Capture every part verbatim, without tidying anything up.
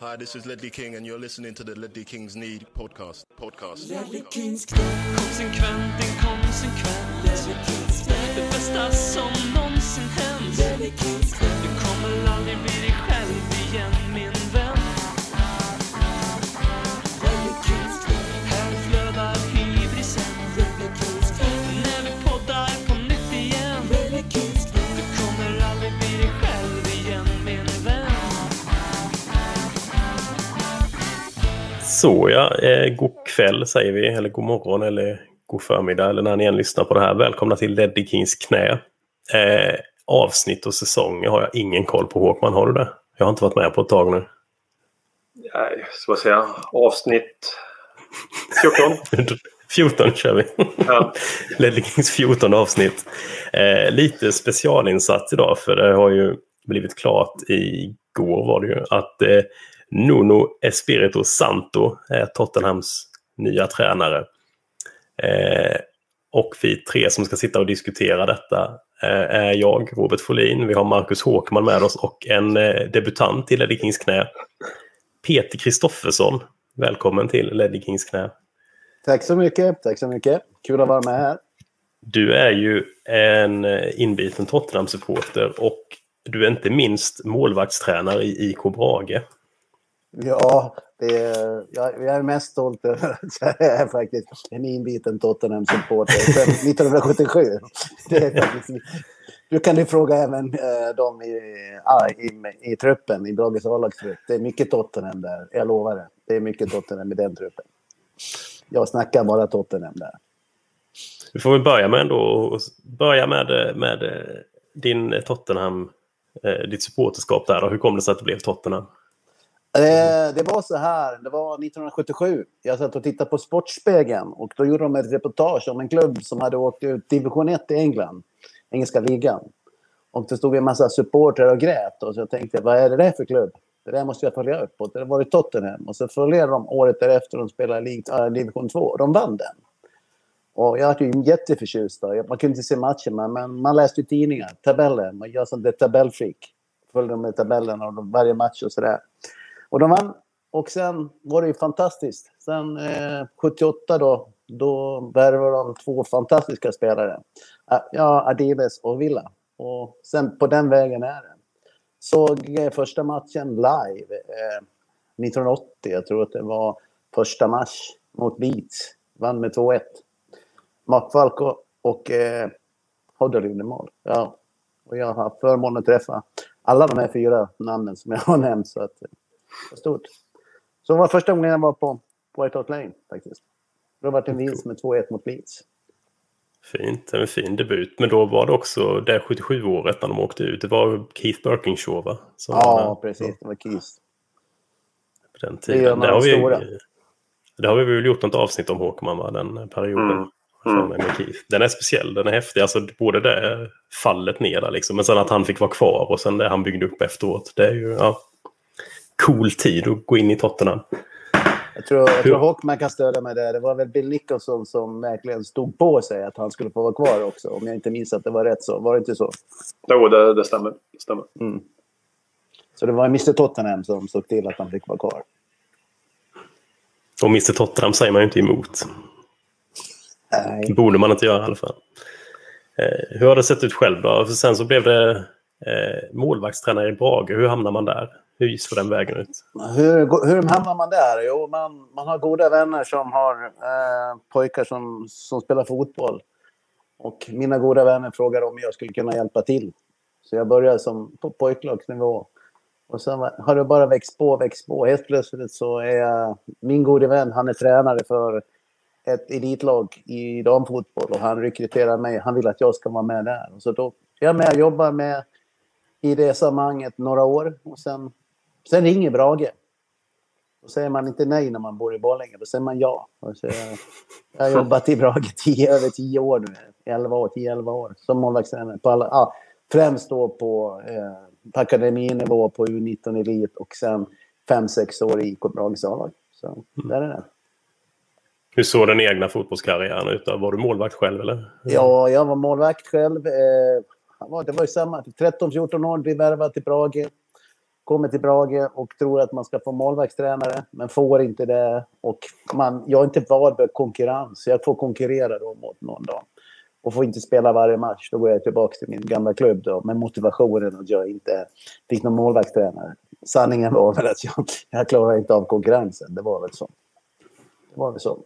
Hi, this is Ledley King and you're listening to the Ledley Kings Need podcast. Podcast. Ledley Kings knä. Konsekvent, inkonsekvent. Ledley Kings knä. Det bästa som någonsin hänt. Ledley Kings knä. Du kommer aldrig bli dig själv igen, min vän. Ledley Kings knä. Här flödar hybrisen. Ledley Kings knä. När vi poddar på nytt igen. Ledley Kings knä. Du kommer aldrig bli dig själv igen, min vän. Så ja, eh, god kväll säger vi, eller god morgon eller god förmiddag eller när ni än lyssnar på det här. Välkomna till Ledley Kings knä. Eh, avsnitt och säsonger har jag ingen koll på. Håkman, har du det? Jag har inte varit med på ett tag nu. Nej, så vad säger jag? Avsnitt fjorton. fjorton kör vi. Ja. Ledley Kings fjorton avsnitt. Eh, lite specialinsatt idag, för det har ju blivit klart igår var det ju att eh, Nuno Espirito Santo är Tottenhams nya tränare. Eh, och vi tre som ska sitta och diskutera detta eh, är jag, Robert Folin. Vi har Marcus Håkman med oss och en eh, debutant till Ledley Kings knä, Peter Kristoffersson. Välkommen till Ledley Kings knä. Tack så mycket, tack så mycket. Kul att vara med här. Du är ju en inbiten Tottenham-supporter och du är inte minst målvaktstränare i I K Brage. Ja, det är, jag, jag är mest stolt över att jag är faktiskt en inbiten Tottenham-supporter sedan nittonhundrasjuttiosju. Det är faktiskt, du kan ju fråga även äh, dem i, ah, i, i truppen, i Brages A-lagstrupp. Det är mycket Tottenham där, jag lovar det. Det är mycket Tottenham i den truppen. Jag snackar bara Tottenham där. Vi får väl börja med ändå, börja med, med din Tottenham, ditt supporterskap där. Och hur kom det sig att det blev Tottenham? Det, det var så här, det var nittonhundrasjuttiosju. Jag satt och tittade på Sportspegeln och då gjorde de ett reportage om en klubb som hade åkt ut division ett i England, engelska ligan. Och det stod en massa supportrar och grät och så jag tänkte, vad är det där för klubb? Det där måste jag följa upp. Och det var i Tottenham och så följde de året därefter de spelade i äh, division två och de vann den. Och jag var ju jätteförtjust då. Man kunde inte se matchen men man läste ju tidningar, tabeller. Man gör sånt där tabellfreak. Följde de med tabellerna och varje match och sådär. Och de vann. Och sen var det ju fantastiskt. Sen eh, sjuttioåtta då, då värvade de två fantastiska spelare. Ja, Adiles och Villa. Och sen på den vägen är det. Såg eh, första matchen live eh, nittonhundraåttio. Jag tror att det var första match mot Leeds. Vann med två ett. Mark Falco och eh, Hodder gjorde mål. Ja. Och jag har förmånen att träffa alla de här fyra namnen som jag har nämnt. Så att det stort. Så det var första gången jag var på White Hart Lane faktiskt. Det har varit en vinst med två ett mot Leeds. Fint, en fin debut. Men då var det också det sjuttiosju-året när de åkte ut. Det var Keith Birkinshaw, va? Som ja, var, precis. Det var Keith. På den tiden. Det, det, har vi, det har vi väl gjort något avsnitt om Håkman, va? Den perioden. Mm. Mm. Med Keith. Den är speciell, den är häftig. Alltså både det fallet ner där liksom. Men sen att han fick vara kvar och sen det han byggde upp efteråt. Det är ju, ja, cool tid att gå in i Tottenham. Jag tror, jag tror Håkman kan stödja mig där. Det var väl Bill Nicholson som verkligen stod på sig att han skulle få vara kvar också. Om jag inte minns att det var rätt så. Var det inte så? Jo, det, det stämmer. Det stämmer. Mm. Så det var mister Tottenham som såg till att han fick vara kvar. Och mister Tottenham säger man ju inte emot. Nej. Det borde man inte göra i alla fall. Eh, hur har det sett ut själv då? För sen så blev det eh, målvaktstränare i Brage. Hur hamnar man där? Hur såg den vägen ut? Hur, hur hamnar man där? Jo, man, man har goda vänner som har eh, pojkar som, som spelar fotboll. Och mina goda vänner frågar om jag skulle kunna hjälpa till. Så jag började som på pojklagsnivå. Och sen har det bara växt på, växt på. Helt plötsligt så är jag, min gode vän, han är tränare för ett elitlag i damfotboll och han rekryterar mig. Han vill att jag ska vara med där. Och så då är jag med och jobbar med i det sammanhanget några år. Och sen, sen ringer Brage. Då säger man inte nej när man bor i Borlänge. Då säger man ja. Och så, jag har jobbat i Brage tio, över tio år nu. elva år, tio elva år. Som målvaktstränare. På alla, ja, främst då på, eh, på akademinivå på U nitton elit. Och sen fem sex år i I K Brages A-lag. Så där är det. Hur såg den egna fotbollskarriären ut? Var du målvakt själv eller? Ja, jag var målvakt själv. Eh, det var ju samma. tretton fjorton år blev värvad till Brage. kommer till Brage och tror att man ska få målvaktstränare, men får inte det. Och man, jag är inte van vid konkurrens, så jag får konkurrera då mot någon dag. Och får inte spela varje match, då går jag tillbaka till min gamla klubb då, med motivationen att jag inte fick någon målvaktstränare. Sanningen var väl att jag, jag klarar inte av konkurrensen, det var väl så. Det var väl så.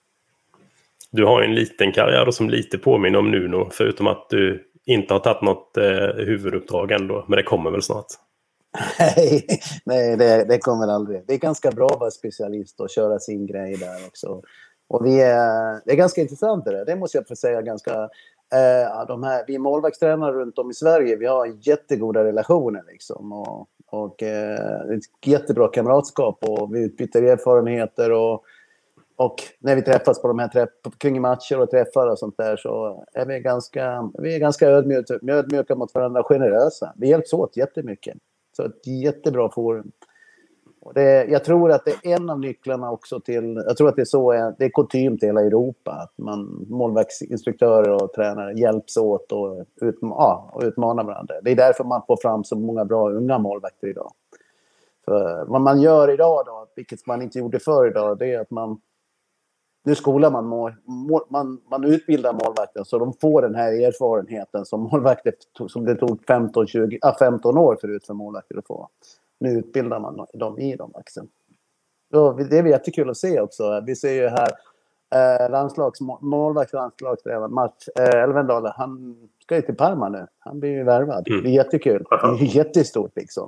Du har en liten karriär som lite påminner om Nuno, förutom att du inte har tagit något eh, huvuduppdrag ändå, men det kommer väl snart? Nej, nej det, det kommer aldrig. Det är ganska bra att vara specialist och köra sin grej där också. Och vi är, det är ganska intressant det, det måste jag få säga. Ganska, eh, de här, vi målvaktstränare runt om i Sverige, vi har jättegoda relationer liksom. Och, och eh, ett jättebra kamratskap och vi utbyter erfarenheter och Och när vi träffas på de här träff, kring matcher och träffar och sånt där, så är vi ganska, vi är ganska ödmjuka, ödmjuka mot varandra och generösa. Vi hjälps åt jättemycket. Så ett jättebra forum. Och det, jag tror att det är en av nycklarna också till, jag tror att det är så, det är kutym till hela Europa. Att man, målvaktsinstruktörer och tränare hjälps åt och, utma, ja, och utmanar varandra. Det är därför man får fram så många bra unga målvakter idag. För vad man gör idag då, vilket man inte gjorde förr idag, det är att man Nu skolar man, mål, man, man utbildar målvakten så de får den här erfarenheten som målvakter som det tog femton, tjugo, ah, femton år förut för målvakter att få. Nu utbildar man dem i dem. Axeln. Det är jättekul att se också. Vi ser ju här eh, landslags, målvakt landslagstränare Mats eh, Elvendal. Han ska ju till Parma nu. Han blir ju värvad. Mm. Det är jättekul. Det är jättestort liksom.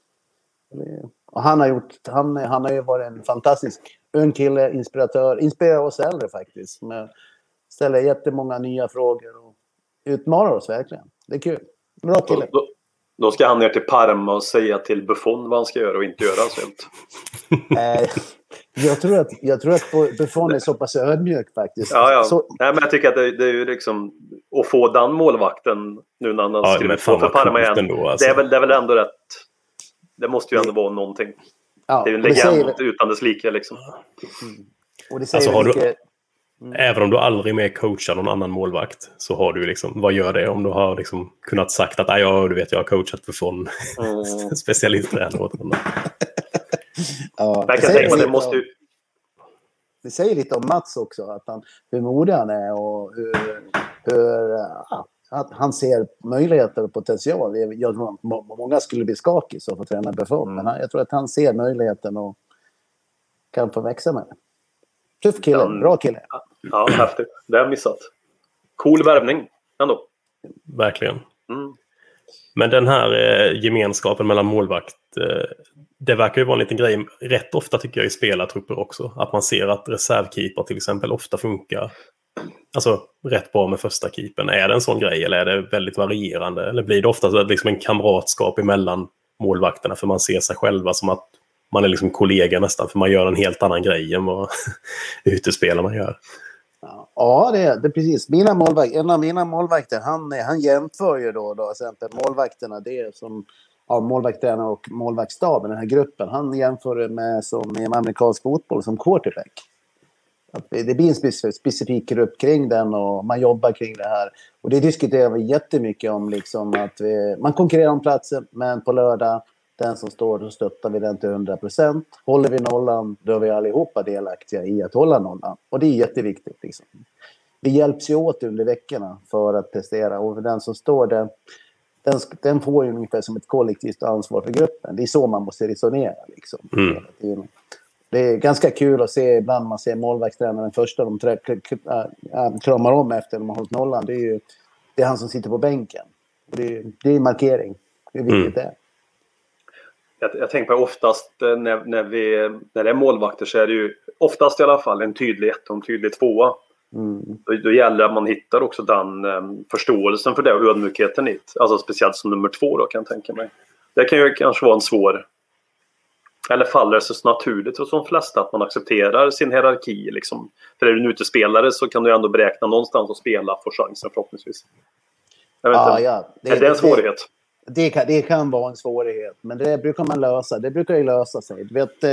Och han har gjort, han, han har ju varit en fantastisk ung kille, inspiratör, inspirerar oss äldre faktiskt. Med, ställer jättemånga nya frågor och utmanar oss verkligen. Det är kul. Bra kille. Då, då ska han ner till Parma och säga till Buffon vad han ska göra och inte göra så helt. eh, jag tror att, jag tror att Buffon är så pass ödmjuk faktiskt. Ja, ja. Så, Nej, men jag tycker att det, det är ju liksom att få den målvakten nu när han har ja, skrivit på för Parma igen. Ändå, alltså. det, är väl, det är väl ändå rätt. Det måste ju ändå vara någonting. Ja, det är ju en legend säger... utan dess like liksom. Mm. Och det säger alltså, mycket... du... mm. Även om du aldrig mer coachar någon annan målvakt så har du liksom, vad gör det om du har liksom kunnat sagt att ja, du vet, jag har coachat för från mm. specialisttränare åt honom. Ja, det, säger tänka, det, måste ju... det säger lite om Mats också, att han, hur modig han är och hur, hur ja, att han ser möjligheter och potential. Jag tror att många skulle bli skakig så för träna Buffon, mm. men jag tror att han ser möjligheten och kan få växa med det. Tuff kille, ja, bra kille. Ja, häftigt. Det har jag missat. Cool värvning ändå. Verkligen. Mm. Men den här eh, gemenskapen mellan målvakt, eh, det verkar ju vara en liten grej rätt ofta tycker jag i spelartrupper också. Att man ser att reservkeeper till exempel ofta funkar alltså rätt bra med första keepern. Är det en sån grej eller är det väldigt varierande? Eller blir det ofta så att liksom en kamratskap emellan målvakterna för man ser sig själva som att man är liksom kollega nästan för man gör en helt annan grej än vad utespelarna gör. Ja, det är, det är precis. Mina målvakter, en av mina målvakter, han, han jämför ju då, då exempel målvakterna, det är som ja, målvaktstränare och målvaktstaben, den här gruppen. Han jämför det med som i amerikansk fotboll som quarterback. Att det blir en specifik grupp kring den och man jobbar kring det här. Och det diskuterar vi jättemycket om liksom att vi, man konkurrerar om platsen, men på lördag den som står, då stöttar vi den till hundra procent. Håller vi nollan, då är vi allihopa delaktiga i att hålla nollan. Och det är jätteviktigt. Liksom. Vi hjälps ju åt under veckorna för att prestera. Och den som står där, den, den får ju ungefär som ett kollektivt ansvar för gruppen. Det är så man måste resonera. Liksom. Mm. Det är ganska kul att se ibland man ser målvaktstränaren första de trä, kramar om efter de har hållit nollan. Det är ju det är han som sitter på bänken. Det är, det är markering. Det är viktigt mm. det. Jag, jag tänker på oftast när, när, vi, när det är målvakter så är det ju oftast i alla fall en tydlig ett och en tydlig tvåa. Mm. Då, då gäller det att man hittar också den um, förståelsen för det och ödmjukheten hit. Alltså speciellt som nummer två då kan jag tänka mig. Det kan ju kanske vara en svår... Eller faller det så naturligt hos de flesta att man accepterar sin hierarki liksom. För är du en utespelare så kan du ändå beräkna någonstans att spela för chansen förhoppningsvis. Jag vet ja, inte. Ja, det, är det en svårighet? Det, det, kan, det kan vara en svårighet, men det brukar man lösa. Det brukar ju lösa sig. Du vet,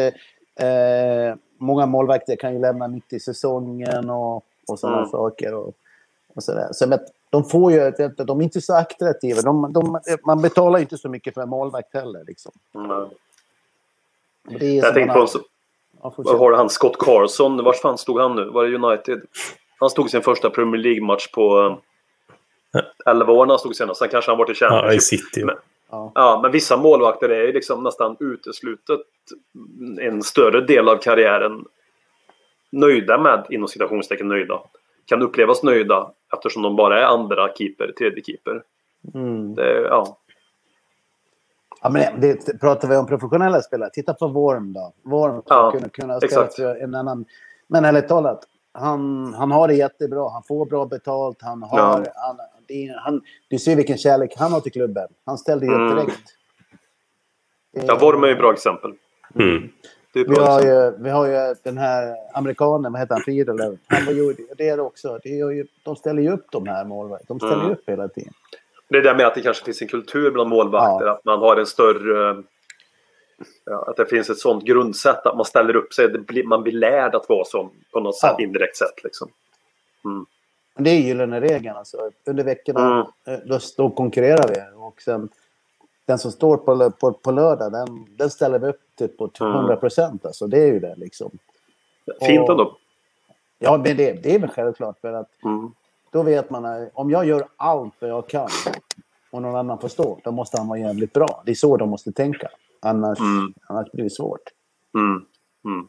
eh, många målvakter kan ju lämna mitt i säsongen och, och sådana mm. saker. Och, och sådär. Så, men, de får ju, de är inte så attraktiva. De, de, man betalar inte så mycket för en målvakt heller. Liksom. Mm. Det är jag tänkte på så, ja, vad har han, Scott Carson, vart fan stod han nu? Var det United? Han stod sin första Premier League-match på elva år när han stod senast. Sen kanske han varit i Championship. Ja, i City. Men, ja. ja, men vissa målvakter är ju liksom nästan uteslutet en större del av karriären nöjda med, inom citationstecken nöjda. Kan upplevas nöjda eftersom de bara är andra keeper, tredje keeper. Mm. Det, ja. Ja, men det pratar vi om professionella spelare. Titta på Worm då. Worm ja, kunna, kunna spela för en annan. Men ärligt talat, han, han har det jättebra. Han får bra betalt. Han har, ja. han, det, han, du ser vilken kärlek han har till klubben. Han ställde ju upp direkt. Mm. Ja, Worm är ju ett bra exempel. Mm. Det vi, har ju, vi har ju den här amerikanen, vad heter han, Friedel. Han var ju det är också. Det är ju, de ställer ju upp de här målvakterna. De ställer ju mm. upp hela tiden. Det är det med att det kanske finns en kultur bland målvakter. Ja. Att man har en större... Ja, att det finns ett sånt grundsätt att man ställer upp sig. Det blir, man blir lärd att vara som på något sätt, ja. indirekt sätt. Liksom. Mm. Det är ju gyllene regeln. Alltså. Under veckorna mm. då, då konkurrerar vi. Och sen, den som står på, på, på lördag, den, den ställer vi upp till på hundra procent. Alltså. Det är ju det liksom. Fint ändå. Och, ja, men det, det är väl självklart. För att mm. då vet man att om jag gör allt vad jag kan och någon annan förstår, då måste han vara jävligt bra. Det är så de måste tänka. Annars, mm. annars blir det svårt. Mm. Mm.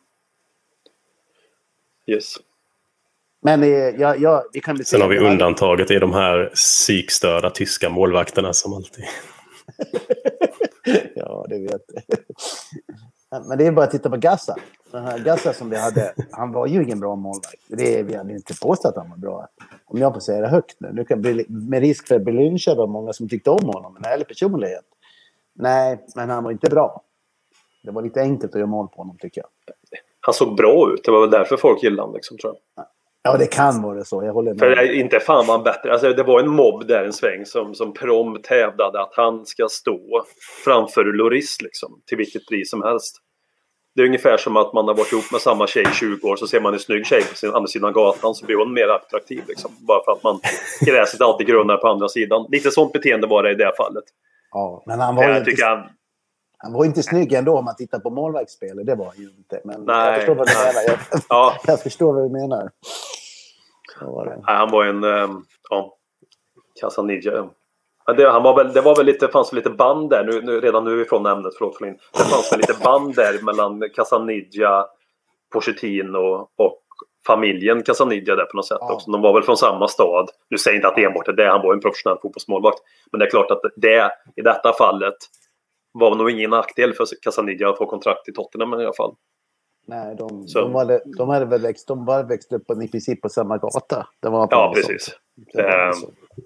Yes. Men ja, ja, vi kan bli Sen har vi undantaget i de här psykstörda tyska målvakterna som alltid. Ja, det vet jag. Men det är bara att titta på Gassa. Den här Gassa som vi hade, han var ju ingen bra målvakt. Det är, vi hade inte påstått att han var bra. Om jag får säga det högt nu. Nu kan bli, med risk för att bli lynchad av många som tyckte om honom. En ärlig personlighet. Nej, men han var inte bra. Det var lite enkelt att göra mål på honom, tycker jag. Han såg bra ut. Det var väl därför folk gillade honom, liksom, tror jag. Ja, det kan vara så. Jag håller med. För det, inte fan var han bättre. Alltså, det var en mobb där en sväng som, som prompt hävdade att han ska stå framför Loris liksom, till vilket pris som helst. Det är ungefär som att man har varit ihop med samma tjej i tjugo år, så ser man en snygg tjej på sin andra sidan gatan, så blir hon mer attraktiv liksom. Bara för att man gräset alltid grunnar på andra sidan. Lite sånt beteende var det i det fallet. Ja, men han var jag inte... tycker han... Han var inte snygg ändå om man tittar på målvaktsspelet. Det var han ju inte. Men nej, jag förstår vad du menar. Jag, ja. jag förstår vad du menar. Var det. Nej, han var en... Um, ja, Casanidja. Ja, det, han var väl, det var väl lite, fanns väl lite band där. Nu, nu, redan nu ifrån ämnet, förlåt Flynn. Det fanns väl lite band där mellan Casanidja, Pochettino och familjen Casanidja där på något sätt ja. också. De var väl från samma stad. Nu säger inte att det enbart är det. Han var en professionell fotbollsmålvakt. Men det är klart att det i detta fallet var nog ingen nackdel för Casanidja att få kontrakt i Tottenham i alla fall. Nej, de, de, var, de hade väl växt, de var växt upp på, i princip på samma gata. Det var ja, precis. Det var um...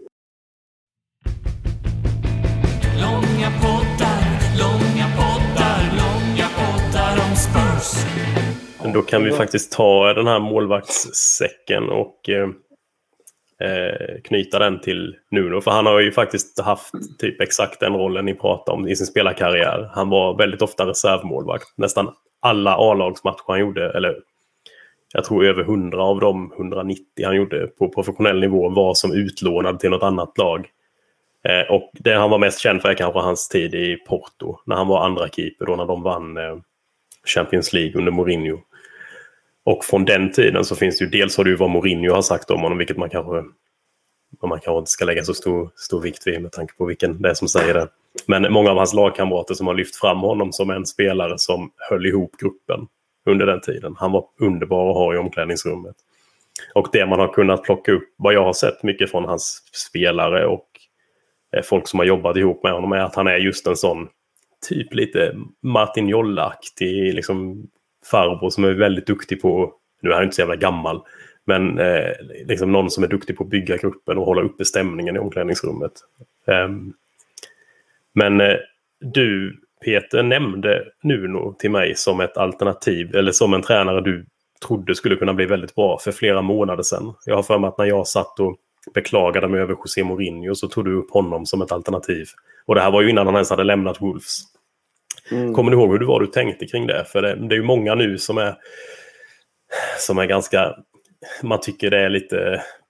Långa poddar, långa poddar, långa poddar om Spurs. Då kan vi faktiskt ta den här målvaktssäcken och eh, knyta den till Nuno. För han har ju faktiskt haft typ exakt den rollen ni pratar om i sin spelarkarriär. Han var väldigt ofta reservmålvakt. Nästan alla A-lagsmatcher han gjorde, eller jag tror över hundra av de hundranittio han gjorde på professionell nivå var som utlånad till något annat lag. Eh, och det han var mest känd för är kanske hans tid i Porto, när han var andra keeper då när de vann eh, Champions League under Mourinho. Och från den tiden så finns det ju, dels har det ju vad Mourinho har sagt om honom, vilket man kanske, man kanske inte ska lägga så stor, stor vikt vid med tanke på vilken det är som säger det. Men många av hans lagkamrater som har lyft fram honom som en spelare som höll ihop gruppen under den tiden. Han var underbar att ha i omklädningsrummet. Och det man har kunnat plocka upp, vad jag har sett mycket från hans spelare och folk som har jobbat ihop med honom, är att han är just en sån typ lite Martin Jolla-aktig liksom farbror som är väldigt duktig på, nu är han inte så jävla gammal, men eh, liksom någon som är duktig på att bygga gruppen och hålla uppe stämningen i omklädningsrummet. Um, men eh, du, Peter, nämnde Nuno till mig som ett alternativ, eller som en tränare du trodde skulle kunna bli väldigt bra för flera månader sedan. Jag har för mig att när jag satt och beklagade mig över José Mourinho så tog du upp honom som ett alternativ. Och det här var ju innan han ens hade lämnat Wolves. Mm. Kommer du ihåg hur det var du tänkte kring det? För det, det är ju många nu som är som är ganska, man tycker det är lite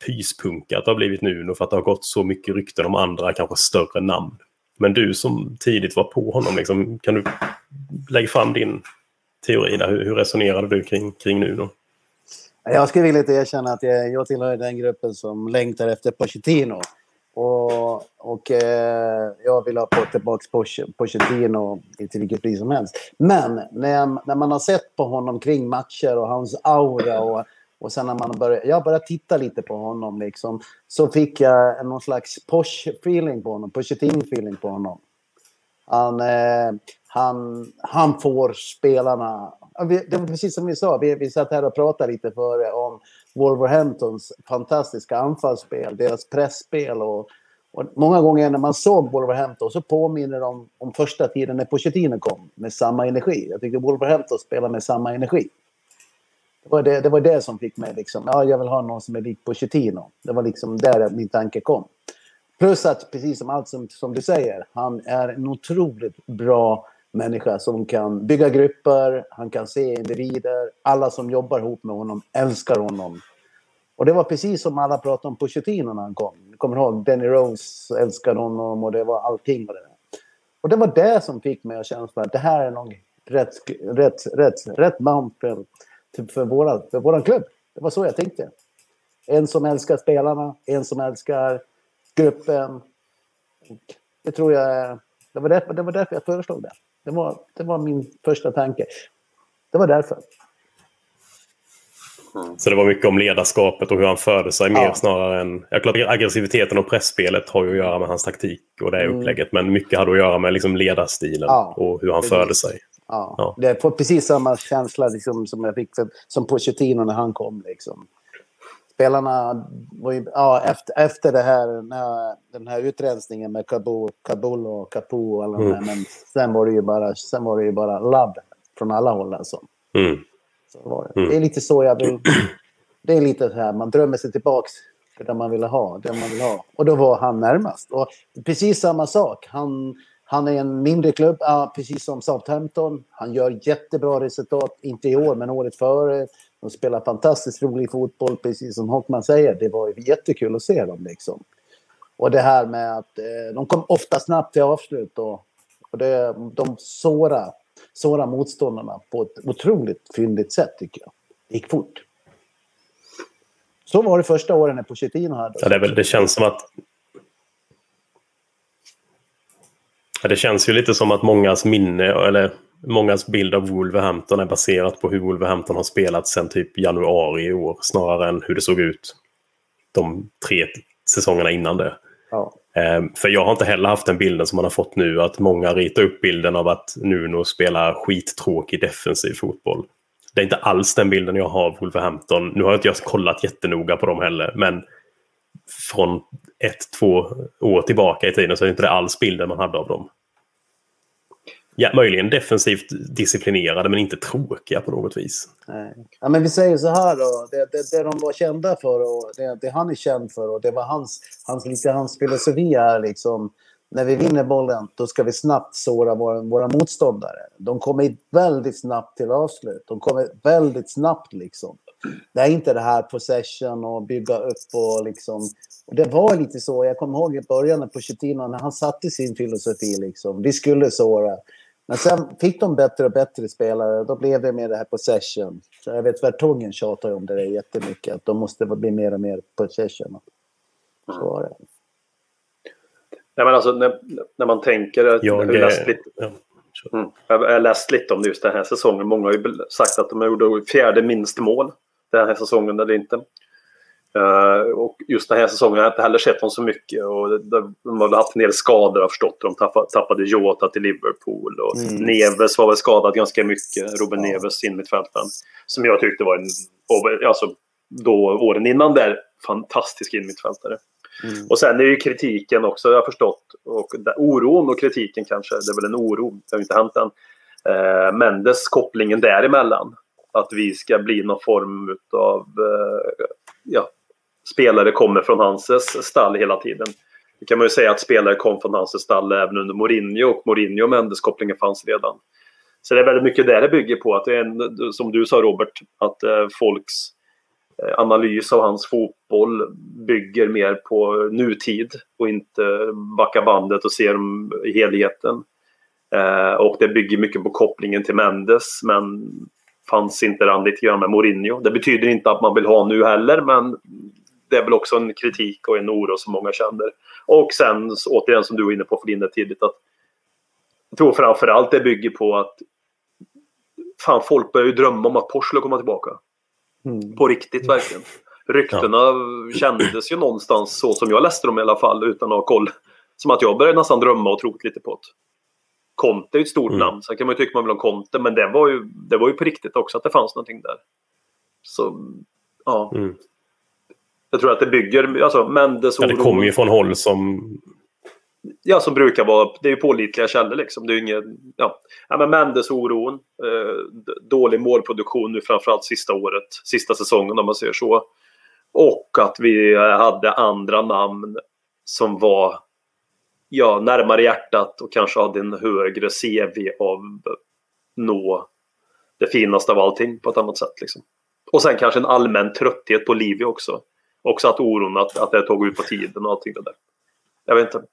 pyspunkat har blivit nu för att det har gått så mycket rykten om andra, kanske större namn. Men du som tidigt var på honom, liksom, kan du lägga fram din teori där? Hur, hur resonerade du kring, kring Nuno? Jag skulle vilja erkänna att jag, jag tillhör den gruppen som längtar efter Pochettino. Och, och eh, jag vill ha på tillbaka Pochettino till vilket pris som helst. Men när, när man har sett på honom kring matcher och hans aura och, och sen när man börjar, jag bara titta lite på honom liksom, så fick jag någon slags Poch-feeling på honom, Pochettino-feeling på honom. Han, eh, han, han får spelarna. Det var precis som vi sa, vi, vi satt här och pratade lite före om Wolverhamptons fantastiska anfallsspel, deras pressspel och, och många gånger när man såg Wolverhampton så påminner de om första tiden när Pochettino kom med samma energi. Jag tyckte Wolverhampton spelade med samma energi. Det var det, det var det som fick mig liksom, ja, jag vill ha någon som är lik Pochettino. Det var liksom där min tanke kom. Plus att precis som allt som, som du säger, han är en otroligt bra människa som kan bygga grupper, han kan se individer, alla som jobbar ihop med honom älskar honom. Och det var precis som alla pratade om Pochettino när han kom. Jag kommer ihåg, Danny Rose älskade honom och det var allting. Och det, och det var det som fick mig att känna att det här är nog rätt, rätt, rätt, rätt man för, för, våra, för våran klubb. Det var så jag tänkte. En som älskar spelarna, en som älskar gruppen. Och det tror jag, det var därför, det var därför jag föreslog det. Det var, det var min första tanke. Det var därför. Mm. Så det var mycket om ledarskapet och hur han förde sig ja. mer snarare än... Jag klart, aggressiviteten och pressspelet har ju att göra med hans taktik och det mm. upplägget. Men mycket hade att göra med liksom ledarstilen ja. och hur han precis. förde sig. Ja. Ja. Det får precis samma känsla liksom, som jag fick för, som Pochettino när han kom. Liksom. Spelarna var ju, ja, efter, efter det här, den här, den här utrensningen med Kabul, Kabul och Capu och alla mm. de här, men sen var det ju bara, sen var det ju bara labb från alla håll alltså. Mm. Så var det. Mm. det är lite så jag vill, det är lite så här, man drömmer sig tillbaks till det man ville ha, det man vill ha. Och då var han närmast. Och precis samma sak, han, han är en mindre klubb, ja, precis som Southampton. Han gör jättebra resultat, inte i år men året före. De spelar fantastiskt rolig fotboll, precis som Håkman säger. Det var jättekul att se dem liksom. Och det här med att eh, de kom ofta snabbt till avslut. Och, och det, de såra, såra motståndarna på ett otroligt fyndigt sätt tycker jag. Det gick fort. Så var det första åren när Pochettino hade. Ja, det, är väl, det känns som att... Ja, det känns ju lite som att mångas minne, eller... Mångas bild av Wolverhampton är baserat på hur Wolverhampton har spelat sedan typ januari i år snarare än hur det såg ut de tre säsongerna innan det. Ja. Ehm, för jag har inte heller haft den bilden som man har fått nu att många ritar upp bilden av att Nuno spelar skittråkig defensiv fotboll. Det är inte alls den bilden jag har av Wolverhampton. Nu har jag inte jag kollat jättenoga på dem heller, men från ett, två år tillbaka i tiden så är det inte det alls bilden man hade av dem. Ja, möjligen defensivt disciplinerade men inte tråkiga på något vis. Nej. Ja, men vi säger så här då. Det, det, det de var kända för och det, det han är känd för och det var hans, hans, lite hans filosofi här liksom. När vi vinner bollen då ska vi snabbt såra våra, våra motståndare. De kommer väldigt snabbt till avslut. De kommer väldigt snabbt liksom. Det är inte det här possession och bygga upp och liksom. Och det var lite så. Jag kommer ihåg i början på Pochettino när han satte sin filosofi liksom. Vi skulle såra. Men sen fick de bättre och bättre spelare. Då blev det mer det här possession. Så jag vet Vertongen tjatar om det där jättemycket. Att de måste bli mer och mer possession. Så var det. Nej, men alltså när, när man tänker... Jag, jag, har läst lite, ja. mm, jag har läst lite om just den här säsongen. Många har ju sagt att de gjorde fjärde minst mål den här säsongen eller inte. Uh, och just den här säsongen har jag inte heller sett dem så mycket och de, de har haft en del skador har förstått. De tappade, tappade Jota till Liverpool och mm. Neves var väl skadad ganska mycket. Ruben ja. Neves in mittfältaren som jag tyckte var en alltså då åren innan där fantastisk in mittfältare. Mm. Och sen är ju kritiken också jag har förstått och där, oron och kritiken kanske det är väl en oro det har inte hänt än. Uh, Mendes kopplingen däremellan att vi ska bli någon form av uh, ja spelare kommer från hans stall hela tiden. Det kan man ju säga att spelare kom från hans stall även under Mourinho och Mourinho och Mendes kopplingen fanns redan. Så det är väldigt mycket där det bygger på att det är en, som du sa Robert att eh, folks analys av hans fotboll bygger mer på nutid och inte backa bandet och se dem i helheten. Eh, och det bygger mycket på kopplingen till Mendes, men fanns inte den lite grann med Mourinho. Det betyder inte att man vill ha nu heller, men det är väl också en kritik och en oro som många känner. Och sen återigen som du var inne på för din tidigt, att jag tror framförallt det bygger på att fan, folk börjar ju drömma om att Porsche skulle komma tillbaka. Mm. På riktigt verkligen. Ryktena ja. kändes ju någonstans så som jag läste dem i alla fall utan att ha koll. Som att jag började nästan drömma och tro lite på det. Conte är ett stort mm. namn. Sen kan man ju tycka man vill ha Conte, men det var, ju, det var ju på riktigt också att det fanns någonting där. Så, ja. Mm. Jag tror att det bygger, alltså Mendes ja, det kommer ju från håll som... Ja, som brukar vara, det är ju pålitliga källor liksom. Det är ju inget, ja. ja men Mendes oron, eh, dålig målproduktion nu framförallt sista året, sista säsongen om man säger så. Och att vi hade andra namn som var ja, närmare hjärtat och kanske hade en högre C V av nå det finaste av allting på ett annat sätt liksom. Och sen kanske en allmän trötthet på Livio också. Också att oron att, att det tog ut på tiden och allting det där. Jag vet inte.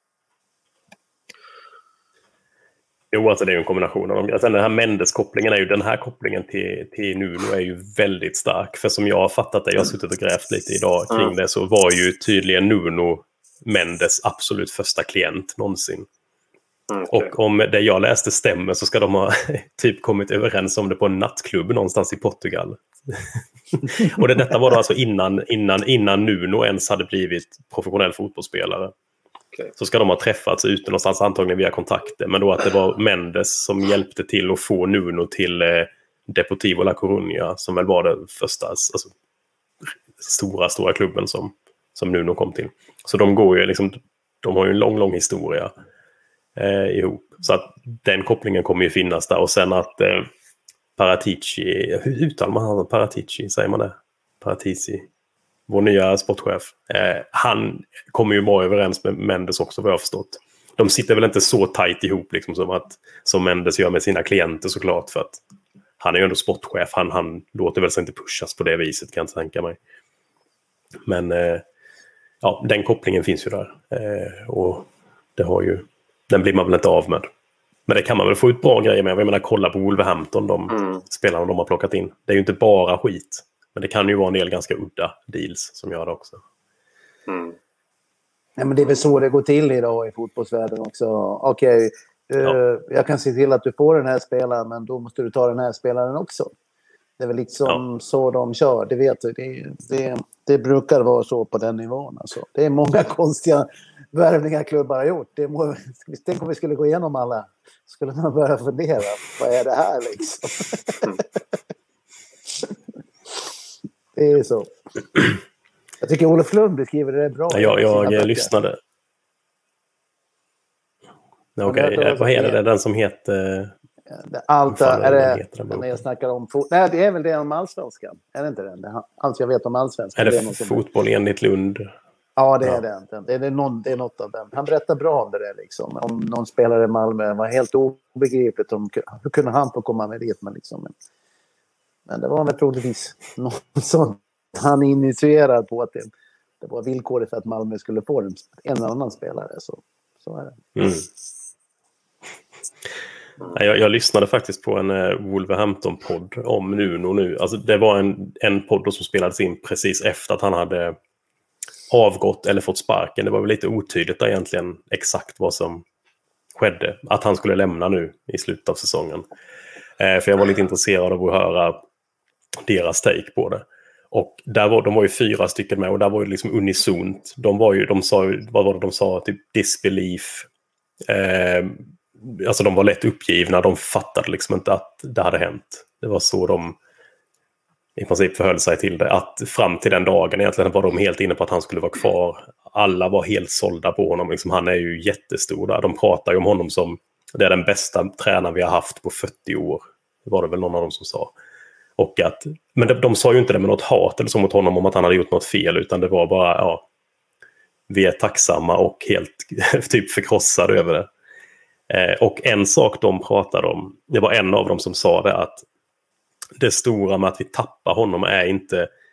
Jo, alltså det är ju en kombination av dem. Alltså den här Mendes-kopplingen är ju, den här kopplingen till, till Nuno är ju väldigt stark. För som jag har fattat det, jag har suttit och grävt lite idag kring mm. det, så var ju tydligen Nuno Mendes absolut första klient någonsin. Mm, okay. Och om det jag läste stämmer så ska de ha typ kommit överens om det på en nattklubb någonstans i Portugal. Och det, detta var då alltså innan, innan, innan Nuno ens hade blivit professionell fotbollsspelare. Okay. Så ska de ha träffats ute någonstans antagligen via kontakter. Men då att det var Mendes som hjälpte till att få Nuno till eh, Deportivo La Coruña, som väl var den första alltså, stora, stora klubben som, som Nuno kom till. Så de går ju liksom, de har ju en lång, lång historia eh, ihop. Så att den kopplingen kommer ju finnas där. Och sen att eh, Paratici, hur uttalar man Paratici, säger man det? Paratici. Vår nya sportchef. Eh, han kommer ju vara överens med Mendes också, vad jag har förstått. De sitter väl inte så tajt ihop liksom, som, att, som Mendes gör med sina klienter såklart. För att han är ju ändå sportchef. Han, han låter väl sig inte pushas på det viset, kan jag inte tänka mig. Men eh, ja, den kopplingen finns ju där. Eh, och det har ju, den blir man väl inte av med. Men det kan man väl få ut bra grejer med. Jag menar, kolla på Wolverhampton, de mm. spelarna de har plockat in. Det är ju inte bara skit. Men det kan ju vara en del ganska udda deals som gör det också. Mm. Ja, men det är väl så det går till idag i fotbollsvärlden också. Okej, okay, uh, ja. jag kan se till att du får den här spelaren, men då måste du ta den här spelaren också. Det är väl liksom ja. så de kör, det vet du. Det, det, det brukar vara så på den nivån. Alltså. Det är många konstiga värvningar klubbar har gjort. Det må, tänk om vi skulle gå igenom alla. Skulle man börja fundera, vad är det här liksom? Mm. Det är så. Jag tycker Olof Lund beskriver det bra. Ja, jag, jag lyssnade. Okej, okay. Vad heter det? Den som heter... Allt är det, det när jag snackar om... Nej, det är väl det om allsvenskan. Är det inte den? Det, allt jag vet om allsvenskan. Är det, det är fotboll enligt Lund? Ja, det är ja. den. Det är, någon, det är något av den. Han berättar bra om det där liksom. Om någon spelare i Malmö var helt obegripligt. Om, hur kunde han få komma med det? Men liksom... Men det var väl troligtvis någon som han initierad på att det, det var villkoret för att Malmö skulle få en, en annan spelare. Så, så är det. Mm. Jag, jag lyssnade faktiskt på en uh, Wolverhampton-podd om Nuno nu. Alltså, det var en, en podd som spelades in precis efter att han hade avgått eller fått sparken. Det var väl lite otydligt där egentligen exakt vad som skedde. Att han skulle lämna nu i slutet av säsongen. Uh, för jag var lite intresserad av att höra deras take på det. Och där var, de var ju fyra stycken med och där var ju liksom unisont. De var ju, de sa ju, vad var det de sa? Typ disbelief. Eh, alltså de var lätt uppgivna. De fattade liksom inte att det hade hänt. Det var så de i princip förhöll sig till det. Att fram till den dagen egentligen var de helt inne på att han skulle vara kvar. Alla var helt sålda på honom. Liksom, han är ju jättestor där. De pratar ju om honom som det är den bästa tränaren vi har haft på fyrtio år. Det var det väl någon av dem som sa. Och att, men de, de sa ju inte det med något hat eller så mot honom om att han hade gjort något fel, utan det var bara, ja, vi är tacksamma och helt typ förkrossade över det. Eh, och en sak de pratade om, det var en av dem som sa det, att det stora med att vi tappar honom är inte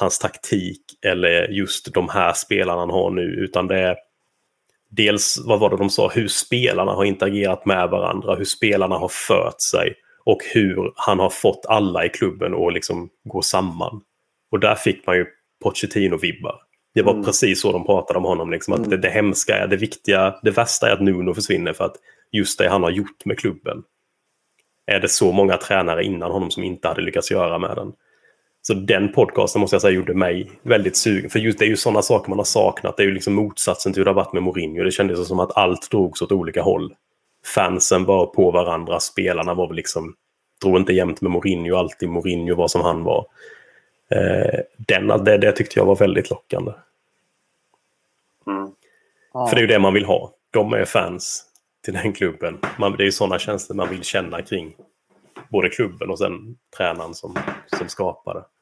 hans taktik eller just de här spelarna han har nu, utan det är dels, vad var det de sa, hur spelarna har interagerat med varandra, hur spelarna har fört sig och hur han har fått alla i klubben att liksom gå samman. Och där fick man ju Pochettino-vibbar. Det var mm. precis så de pratade om honom. Liksom, att mm. det, det hemska är det viktiga, det värsta är att Nuno försvinner för att just det han har gjort med klubben är det så många tränare innan honom som inte hade lyckats göra med den. Så den podcasten måste jag säga gjorde mig väldigt sugen. För just det är ju sådana saker man har saknat. Det är ju liksom motsatsen till hur det har varit med Mourinho. Det kändes som att allt drogs åt olika håll. Fansen var på varandra. Spelarna var väl liksom, drog inte jämt med Mourinho. Alltid Mourinho var som han var. Eh, den, det, det tyckte jag var väldigt lockande. Mm. Ja. För det är ju det man vill ha. De är fans till den klubben. Man, det är ju sådana tjänster man vill känna kring både klubben och sen tränaren som, som skapar det.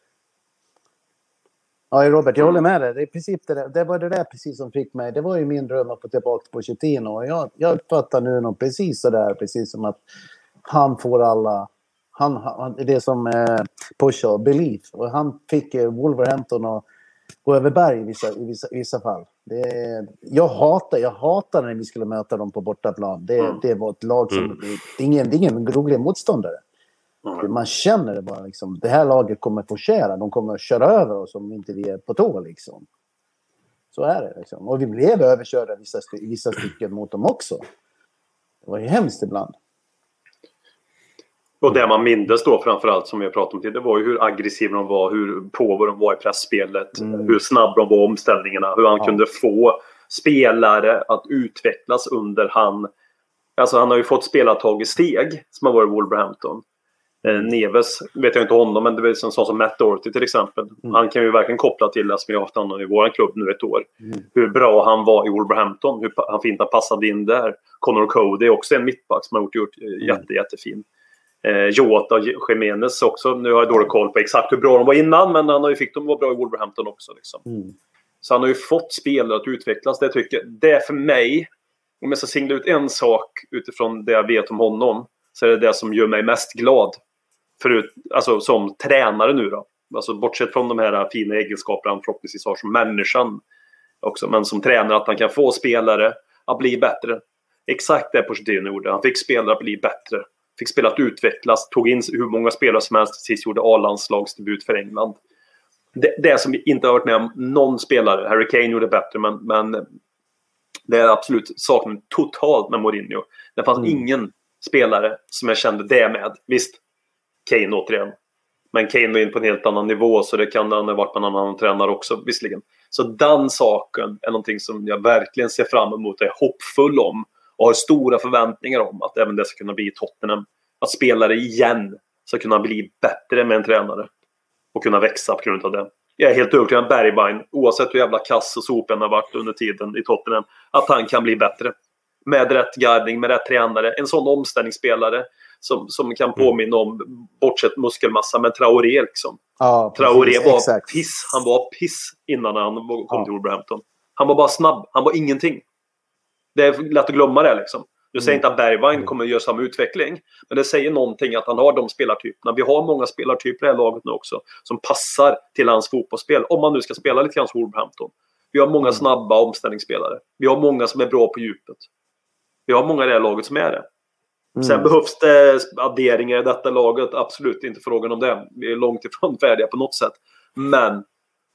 Ja, Robert, jag håller med dig. Det, är precis det, där, det var det där precis som fick mig. Det var ju min dröm att få tillbaka på Pochettino. Och jag, jag uppfattar nu något precis så där. Precis som att han får alla... Han, han, det är som eh, Pocho, belief. Och han fick eh, Wolverhampton att gå över berg i vissa, i vissa, i vissa fall. Det, jag hatar jag hatar när vi skulle möta dem på bortaplan. Det, mm. det var ett lag som... Mm. Det är ingen, det är ingen rolig motståndare. Mm. Man känner det bara liksom. Det här laget kommer forcera. De kommer att köra över oss om inte vi är på tå liksom. Så är det liksom. Och vi blev överkörda vissa, vissa stycken mot dem också. Det var ju hemskt ibland. Och det man mindes då framförallt som vi har pratat om till, det var ju hur aggressiva de var, hur på de var i pressspelet, mm. hur snabba de var i omställningarna, hur han ja. kunde få spelare att utvecklas under han. Alltså han har ju fått spelartag i steg som har varit i Wolverhampton. Eh, Neves vet jag inte honom, men det är en sån som Matt Doherty till exempel. Mm. Han kan ju verkligen koppla till det som vi har haft honom i vår klubb nu ett år. Mm. Hur bra han var i Wolverhampton, hur han fint han passade in där. Connor Cody är också en mittback som har gjort, gjort mm. jätte, jättefin. Eh, Jota och Jimenez också. Nu har jag dålig koll på exakt hur bra de var innan, men han har ju fick dem vara bra i Wolverhampton också. Liksom. Mm. Så han har ju fått spelare att utvecklas. Det, tycker, det är för mig, om jag ska singla ut en sak utifrån det jag vet om honom, så är det det som gör mig mest glad. Förut, alltså som tränare nu då. Alltså bortsett från de här fina egenskaperna han förhoppningsvis har som människan också, men som tränare att han kan få spelare att bli bättre. Exakt det Pochettino gjorde. Han fick spelare att bli bättre. Fick spela att utvecklas. Tog in hur många spelare som helst. Sist gjorde A-landslagsdebut för England. Det, det som vi inte har varit med om någon spelare. Harry Kane gjorde bättre, men, men det är absolut saknat totalt med Mourinho. Det fanns mm. ingen spelare som jag kände det med. Visst, Kane återigen. Men Kane var in på en helt annan nivå, så det kan han ha varit med en annan tränare också, visserligen. Så den saken är någonting som jag verkligen ser fram emot och är hoppfull om. Och har stora förväntningar om att även det ska kunna bli i Tottenham. Att spelare igen ska kunna bli bättre med en tränare. Och kunna växa på grund av det. Jag är helt övertygad om Bergwijn, oavsett hur jävla kass och sopen har varit under tiden i Tottenham, att han kan bli bättre. Med rätt guarding, med rätt tränare. En sån omställningsspelare som, som kan påminna om, bortsett muskelmassa, men Traoré liksom. Ja, Traoré precis, var exakt. piss. Han var piss innan han kom ja. till Wolverhampton. Han var bara snabb. Han var ingenting. Det är lätt att glömma det liksom. Du säger mm. inte att Bergwijn kommer att göra samma utveckling. Men det säger någonting att han har de spelartyperna. Vi har många spelartyper i det här laget nu också. Som passar till hans fotbollsspel. Om man nu ska spela lite grann som Wolverhampton. Vi har många snabba omställningsspelare. Vi har många som är bra på djupet. Vi har många i det här laget som är det. Mm. Sen behövs det adderingar i detta laget. Absolut inte frågan om det. Vi är långt ifrån färdiga på något sätt. Men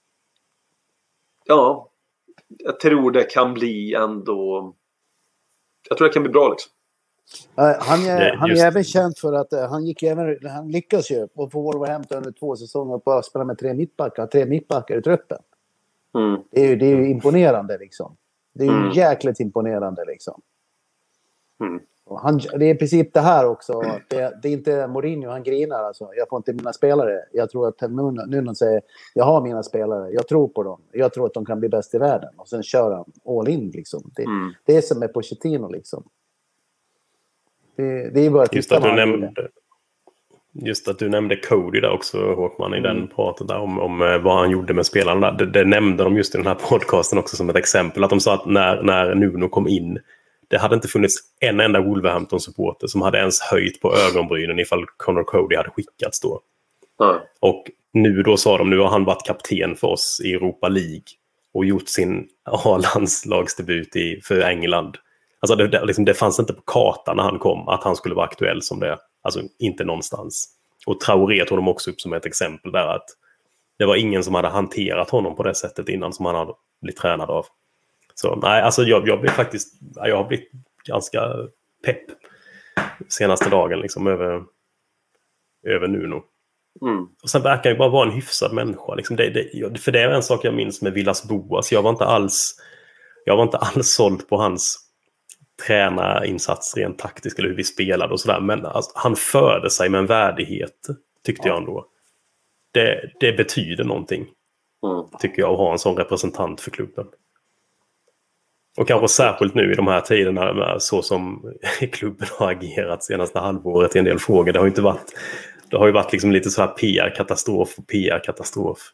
ja, jag tror det kan bli ändå... Jag tror det kan bli bra liksom. Han är, han är även känd för att han gick även, han lyckas ju och få Wolverhampton under två säsonger på att spela med tre mittbackar, tre mittbackar i truppen. Mm. Det är ju, det är ju imponerande liksom. Det är ju mm. jäkligt imponerande liksom. Mm. Och han, det är i princip det här också. Det, det är inte Mourinho, han grinar alltså. Jag får inte mina spelare. Jag tror att Nuno, Nuno säger, jag har mina spelare. Jag tror på dem. Jag tror att de kan bli bäst i världen. Och sen kör han all in liksom. Det, mm. det är som med Pochettino liksom. Det, det är bara att just att du nämnde Just att du nämnde Cody där också, Håkman, i mm. den praten där om, om vad han gjorde med spelarna. Det, det nämnde de just i den här podcasten också som ett exempel. Att de sa att när, när Nuno kom in, det hade inte funnits en enda Wolverhampton-supporter som hade ens höjt på ögonbrynen ifall Connor Cody hade skickats då. Mm. Och nu då sa de, nu har han varit kapten för oss i Europa League och gjort sin A-landslagsdebut i, för England. Alltså det, det, liksom, det fanns inte på kartan när han kom att han skulle vara aktuell som det. Alltså inte någonstans. Och Traoré tog de också upp som ett exempel där, att det var ingen som hade hanterat honom på det sättet innan som han hade blivit tränad av. Så nej, alltså jag, jag blev faktiskt, jag har blivit ganska pepp senaste dagen liksom över, över Nuno. Mm. Och sen verkar han ju bara vara en hyfsad människa. Liksom det, det, för det är en sak jag minns med Villas Boas. Jag var inte alls, jag var inte alls såld på hans tränarinsatser rent taktiskt eller hur vi spelade och sådär. Men alltså, han förde sig med en värdighet, tyckte ja. jag ändå. Det, det betyder någonting, mm. tycker jag, att ha en sån representant för klubben. Och kanske särskilt nu i de här tiderna, så som klubben har agerat senaste halvåret i en del frågor. Det har ju inte varit, det har ju varit liksom lite så här P R-katastrof och P R-katastrof.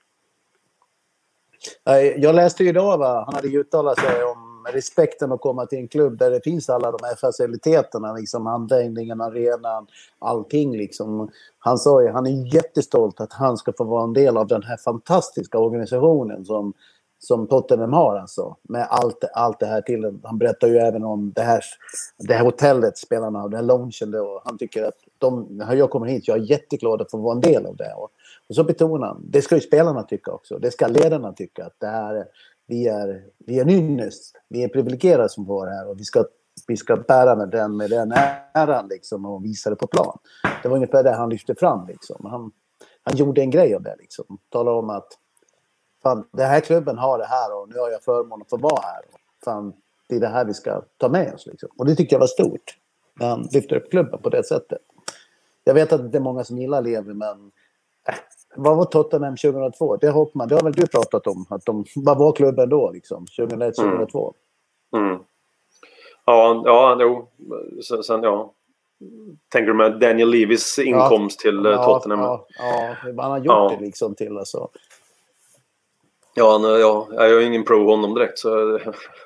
Jag läste ju idag, va? Han hade ju uttalat sig om respekten att komma till en klubb där det finns alla de här faciliteterna, liksom anläggningen, arenan, allting liksom. Han sa ju, han är jättestolt att han ska få vara en del av den här fantastiska organisationen som som Tottenham har, alltså, med allt, allt det här till. Han berättar ju även om det här, det här hotellet, spelarna och den här loungen då. Han tycker att de, när jag kommer hit, jag är jätteglad att få vara en del av det. Och, och så betonar han, det ska ju spelarna tycka också. Det ska ledarna tycka, att det här, vi är, vi är nynnest, vi är privilegierade som var här och vi ska, vi ska bära med den, med den äran liksom, och visa det på plan. Det var ungefär det han lyfte fram liksom. Han, han gjorde en grej av det liksom. Talade om att fan, den här klubben har det här och nu har jag förmånen att få vara här. Fan, det är det här vi ska ta med oss. Liksom. Och det tycker jag var stort. När han lyfter upp klubben på det sättet. Jag vet att det är många som gillar Levi, men äh, vad var Tottenham tjugohundratvå? Det, Hockman, det har väl du pratat om. Att de, vad var klubben då? Liksom, tjugohundraett tjugohundratvå? Mm. Mm. Ja, ja, jo. Sen, sen, ja. Tänker du med Daniel Levis inkomst ja, till ja, Tottenham? Ja, ja, han har gjort ja. det liksom till alltså. Ja, ja, jag är ingen pro honom direkt. Så...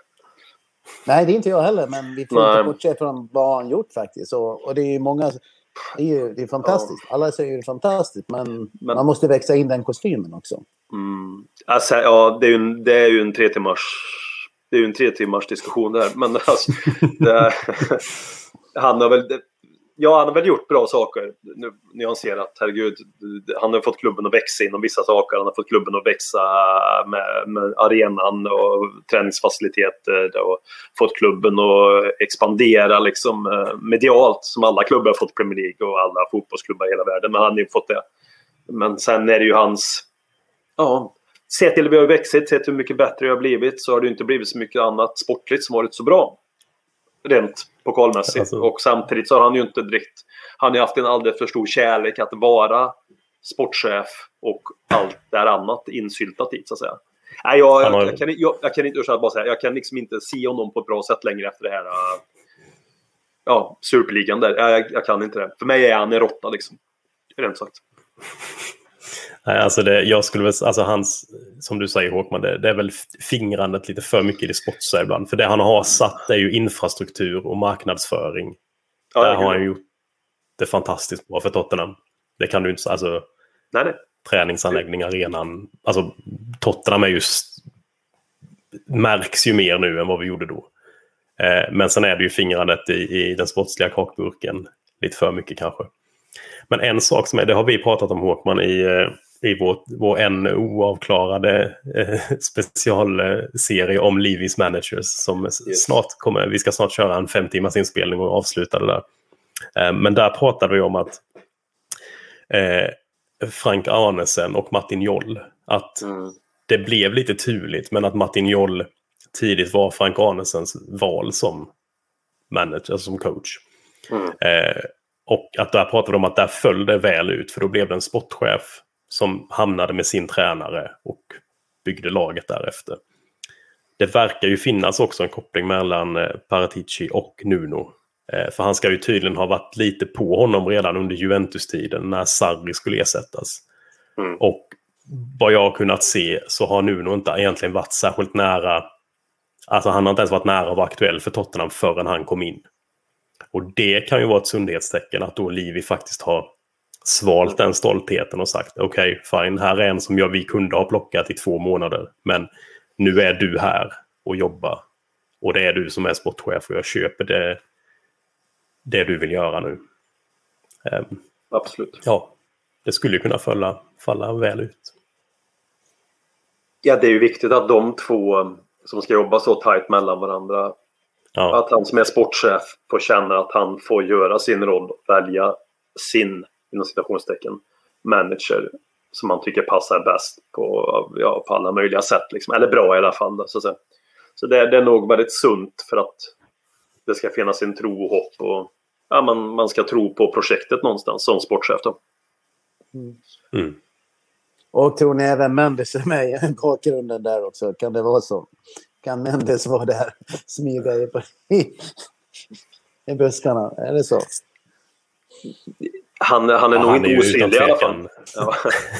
Nej, det är inte jag heller. Men vi får inte bortse från vad han gjort faktiskt. Och, och det är ju många... Det är ju det är fantastiskt. Ja. Alla säger ju det är fantastiskt. Men, men man måste växa in den kostymen också. Mm. Alltså, ja, det är ju en, det är ju en tre timmars... Det är ju en tre timmars diskussion där. Men alltså... det, han har väl... Det, ja, han har väl gjort bra saker. Nu nyanserat, herregud. Han har fått klubben att växa inom vissa saker. Han har fått klubben att växa med, med arenan och träningsfaciliteter. Och fått klubben att expandera liksom, medialt. Som alla klubbar har fått Premier League och alla fotbollsklubbar i hela världen. Men han har ju fått det. Men sen är det ju hans... Ja, se till hur vi har växit. Se till hur mycket bättre det har blivit. Så har det inte blivit så mycket annat sportligt som varit så bra. Rent pokalmässigt. Alltså. Och samtidigt så har han ju inte direkt, han har ju haft en alldeles för stor kärlek att vara sportchef och allt där annat insyltat dit så att säga. Nej, jag, jag, jag, kan, jag, jag kan inte bara säga, jag kan liksom inte se honom på ett bra sätt längre efter det här uh, ja, Superligan där. Jag, jag kan inte det. För mig är han en råtta liksom. Rent sagt. Nej, alltså det, jag skulle väl, alltså hans, som du säger Håkman, det, det är väl fingrandet lite för mycket i det sportsliga ibland. För det han har satt är ju infrastruktur och marknadsföring. Ja, där har han gjort det fantastiskt bra för Tottenham. Det kan du inte, alltså nej, nej. Träningsanläggning, arenan, alltså Tottenham är just märks ju mer nu än vad vi gjorde då. Eh, men sen är det ju fingrandet i, i den sportsliga kakburken lite för mycket kanske. Men en sak som är, det har vi pratat om Håkman i, i vår, vår en oavklarade eh, specialserie om Levis Managers som yes. snart kommer, vi ska snart köra en fem timmars inspelning och avsluta det där. Eh, men där pratade vi om att eh, Frank Arnesen och Martin Joll, att mm. det blev lite turligt, men att Martin Joll tidigt var Frank Arnesens val som manager, som coach. Mm. Eh, Och att där pratade de om att där föll det väl ut. För då blev det en sportchef som hamnade med sin tränare och byggde laget därefter. Det verkar ju finnas också en koppling mellan Paratici och Nuno. För han ska ju tydligen ha varit lite på honom redan under Juventus-tiden när Sarri skulle ersättas. Mm. Och vad jag har kunnat se så har Nuno inte egentligen varit särskilt nära. Alltså han har inte ens varit nära att vara aktuell för Tottenham förrän han kom in. Och det kan ju vara ett sundhetstecken att då Levi faktiskt har svalt den stoltheten och sagt okej, okay, fine, här är en som jag, vi kunde ha plockat i två månader. Men nu är du här och jobbar. Och det är du som är sportchef och jag köper det, det du vill göra nu. Um, Absolut. Ja, det skulle kunna falla, falla väl ut. Ja, det är ju viktigt att de två som ska jobba så tajt mellan varandra, ja. Att han som är sportchef får känna att han får göra sin roll och välja sin, inom citationstecken, manager som han tycker passar bäst på, ja, på alla möjliga sätt. Liksom. Eller bra i alla fall. Så, att säga. Så det, det är nog väldigt sunt för att det ska finnas en tro och hopp. Och, ja, man, man ska tro på projektet någonstans som sportchef. Då. Mm. Mm. Och tror ni även Mendes är med i bakgrunden där också? Kan det vara så? Kan Mendes vara där? Smyga i, i, i buskarna? Är det så? Han, han är ja, nog han inte är osynlig i alla fall. Ja.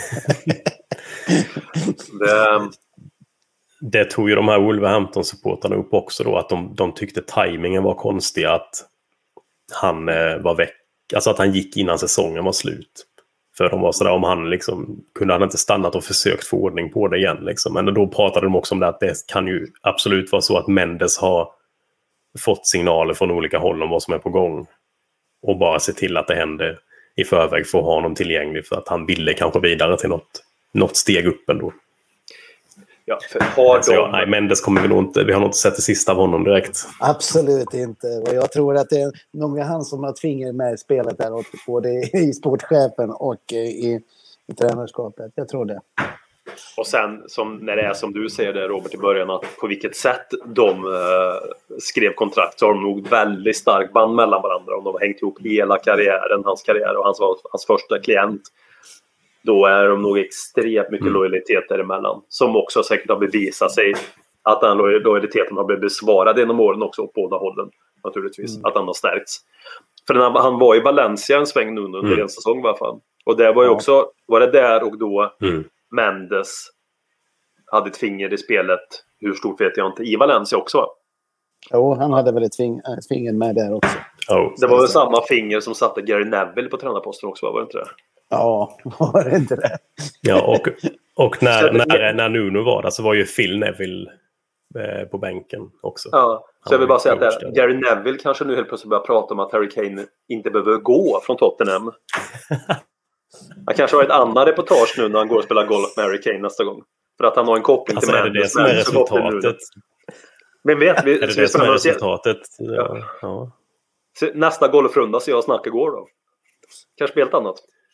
det... det tog ju de här Wolverhampton-supportarna upp också då. Att de, de tyckte tajmingen var konstig. Att han eh, var väck. Alltså att han gick innan säsongen var slut. För de var sådär, om han liksom, kunde han inte stannat och försökt få ordning på det igen liksom. Men då pratade de också om det att det kan ju absolut vara så att Mendes har fått signaler från olika håll om vad som är på gång. Och bara se till att det händer i förväg för att ha honom tillgänglig för att han ville kanske vidare till något, något steg upp ändå. Ja, för har alltså, de... ja, nej, Mendes kommer vi nog inte, vi har nog inte sett det sista av honom direkt. Absolut inte. Och jag tror att det är nog han som har ett finger med i spelet där, både i sportchefen och i, i tränarskapet. Jag tror det. Och sen, som, när det är som du säger det, Robert, i början, att på vilket sätt de eh, skrev kontrakt, så har de nog väldigt stark band mellan varandra. Om de har hängt ihop hela karriären, hans karriär och hans, hans första klient. Då är de nog extremt mycket mm. lojalitet däremellan. Som också säkert har bevisat sig att den lojaliteten har blivit besvarad genom åren också på båda hållen. Naturligtvis, mm. att han har stärkts. För den, han var i Valencia en sväng nu under mm. en säsong i alla fall. Och det var ju ja. också, var det där och då mm. Mendes hade ett finger i spelet, hur stort vet jag inte, i Valencia också va? Jo, han hade väl ett finger, ett finger med där också. Oh, det var väl samma finger som satte Gary Neville på tränarposten också, var det inte det? Ja, var det inte det? Ja, och, och när, när, när Nuno var där så var ju Phil Neville eh, på bänken också. Ja, så jag vill bara säga att där, Gary Neville kanske nu helt plötsligt börjar prata om att Harry Kane inte behöver gå från Tottenham. Han kanske har ett annat reportage nu när han går och spelar golf med Harry Kane nästa gång. För att han har en koppling alltså, till Mendes. Är det det som är resultatet? Men vet vi, är det det som är resultatet? Ja. Ja. Nästa golfrunda så jag snackar går då. Kanske blir helt annat.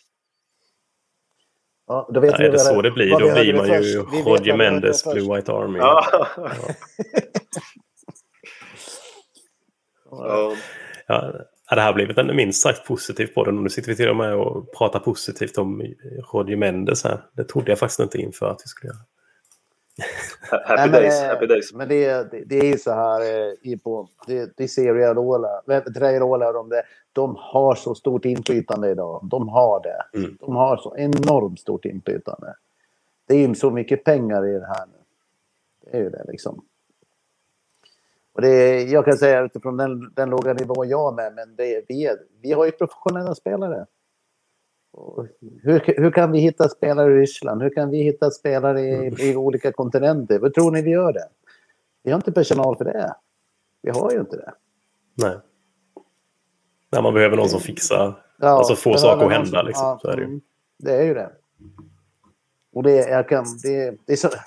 Ja, då vet ja, vi är det så det blir? Då blir man ju Jorge Mendes Blue White Army. Ja. Ja. Ja, det här har blivit en minst sagt positiv på den. Och nu sitter vi till och med och pratar positivt om Jorge Mendes här. Det trodde jag faktiskt inte inför att vi skulle göra. Happy Nej, days, men, happy days. Men det, det, det är ju så här i på det, det ser jag Rola, Rola de, det, de har så stort inflytande idag. De har det. Mm. De har så enormt stort inflytande. Det är ju så mycket pengar i det här nu. Det är ju det liksom. Och det, jag kan säga utifrån den, den låga nivå jag med, men det, vi, är, vi har ju professionella spelare. Och hur, hur kan vi hitta spelare i Ryssland? Hur kan vi hitta spelare i, i olika kontinenter? Vad tror ni vi gör det? Vi har inte personal för det. Vi har ju inte det. Nej. Nej, man behöver någon som fixar. Ja, alltså få saker att hända som, liksom. Ja, så är det ju. Det är ju det. Och det, jag kan, det, det är så...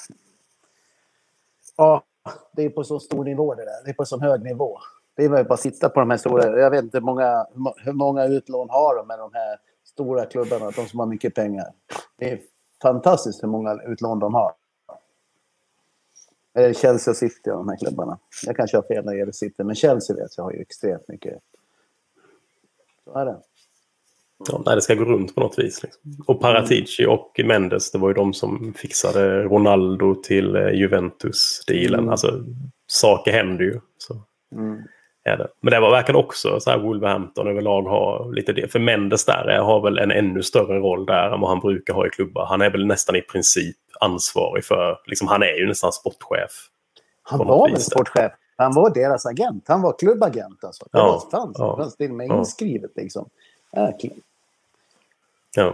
Ja, det är på så stor nivå det där. Det är på så hög nivå. Det är bara att sitta på de här stora... Jag vet inte hur många, hur många utlån har de med de här stora klubbarna, de som har mycket pengar. Det är fantastiskt hur många utlån de har. Chelsea och City och de här klubbarna. Jag kanske har fel när det gäller City, men Chelsea vet jag har ju extremt mycket. Så är det. Ja, nej, det ska gå runt på något vis. Liksom. Och Paratici och Mendes, det var ju de som fixade Ronaldo till Juventus-dealen. Mm. Alltså, saker händer ju. Så. Mm. Är det. Men det var verkligen också så här Wolverhampton överlag har lite det. För Mendes där har väl en ännu större roll där än vad han brukar ha i klubbar. Han är väl nästan i princip ansvarig för, liksom, han är ju nästan sportchef. Han var väl sportchef. Han var deras agent. Han var klubbagent alltså. Det ja, var fanns. Ja, det fanns till och med ja. inskrivet liksom. Verkligen. Ja.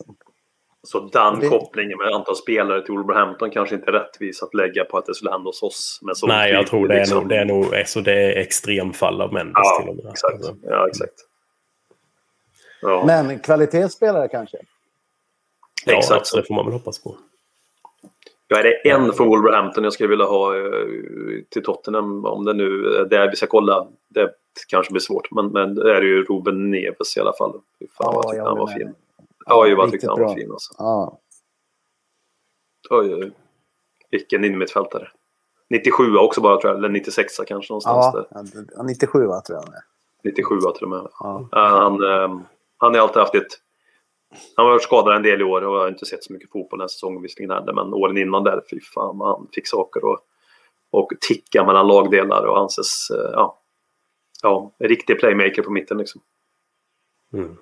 Så den det... kopplingen med antal spelare till Wolverhampton kanske inte är rättvis att lägga på att det skulle hända hos oss. Med så Nej, jag tror det är liksom... nog, det är nog alltså det är extremfall av Mendes ja, till och med. Exakt. Alltså. Ja, exakt. Ja. Men kvalitetsspelare kanske? Ja, exakt. alltså, det får man väl hoppas på. Ja, är det en från Wolverhampton jag skulle vilja ha till Tottenham, om det nu är där vi ska kolla, det kanske blir svårt, men, men det är ju Ruben Neves i alla fall. Fan, ja, vad tyckte han var med. fin. Ja, jag bara tyckte han bra. var fin alltså. Ja. Oj, oj. Vilken innermittfältare. nittiosju också bara, tror jag, eller nittiosex kanske någonstans ja, där. nittiosju tror jag. nittiosju till och med. Ja. Han, han har alltid haft ett... Han har varit skadad en del i år och jag har inte sett så mycket fotboll den här säsongen visserligen heller, men åren innan där, fy fan, han fick saker och, och ticka mellan lagdelar och anses, ja, ja, en riktig playmaker på mitten liksom. Mm.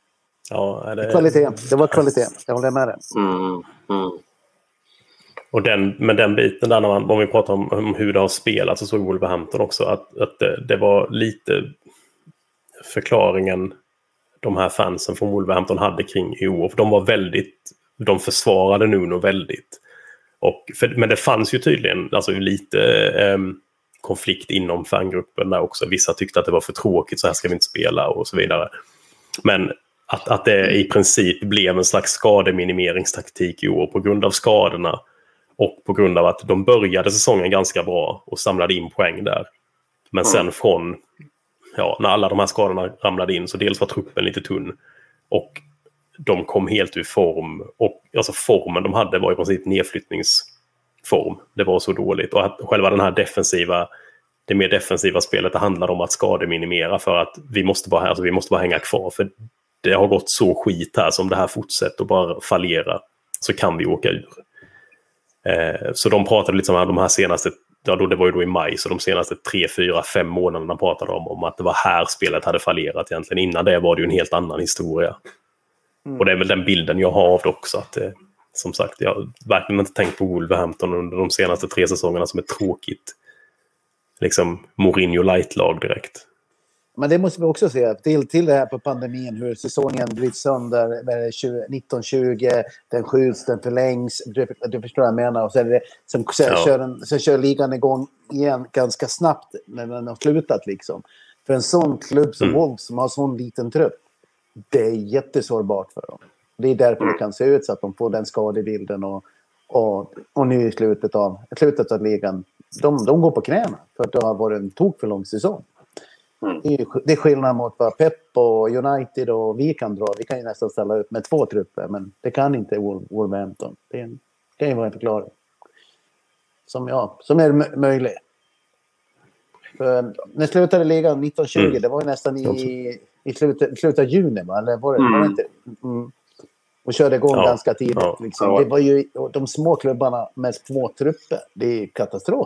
Ja, det... Kvalitet, det var kvalitet, jag håller med dig. Mm, mm. Och den, men den biten där, när man, om vi pratar om, om hur det har spelats, så såg Wolverhampton också att, att det, det var lite förklaringen de här fansen från Wolverhampton hade kring i år. För de var väldigt, de försvarade Nuno väldigt. Och för, men det fanns ju tydligen alltså, lite eh, konflikt inom fangruppen där också. Vissa tyckte att det var för tråkigt, så här ska vi inte spela och så vidare. Men att, att det i princip blev en slags skademinimeringstaktik i år på grund av skadorna. Och på grund av att de började säsongen ganska bra och samlade in poäng där. Men sen från, ja, när alla de här skadorna ramlade in, så dels var truppen lite tunn. Och de kom helt ur form. Och alltså formen de hade var i princip nedflyttningsform. Det var så dåligt. Och att själva den här defensiva, det mer defensiva spelet, det handlade om att skademinimera för att vi måste bara, alltså vi måste bara hänga kvar. För det har gått så skit här, som det här fortsätter och bara fallera, så kan vi åka ur. Eh, så de pratade lite om de här senaste, ja då det var ju då i maj, så de senaste tre, fyra, fem månaderna pratade de om att det var här spelet hade fallerat egentligen. Innan det var det ju en helt annan historia. Mm. Och det är väl den bilden jag har av det också, att eh, som sagt, jag har verkligen inte tänkt på Wolverhampton under de senaste tre säsongerna som ett tråkigt liksom Mourinho light-lag direkt. Men det måste vi också se till, till det här på pandemin, hur säsongen bryts sönder nitton tjugo, den skjuts, den förlängs, du, du förstår vad jag menar, och sen, det, sen, sen, ja. kör den, sen kör ligan igång igen ganska snabbt när den har slutat liksom. För en sån klubb som mm. Wolves som har sån liten trupp, det är jättesårbart för dem. Det är därför det kan se ut så att de får den skadebilden och, och, och nu i slutet av, slutet av ligan, de, de går på knäna för att det har varit en tok för lång säsong. Mm. Det, är, det är skillnad mot vad Pep och United och vi kan dra. Vi kan ju nästan ställa upp med två trupper, men det kan inte Wolverhampton. Det är en, kan ju vara en förklaring. Som, ja, som är m- möjlig. För när slutade ligan nitton tjugo, mm. det var ju nästan i, i slutet, slutet av juni, va? Eller var det, mm. var det inte? Mm. Och körde igång ja. ganska tidigt. Ja. Liksom. Ja. Det var ju de små klubbarna med små trupper. Det är katastrof.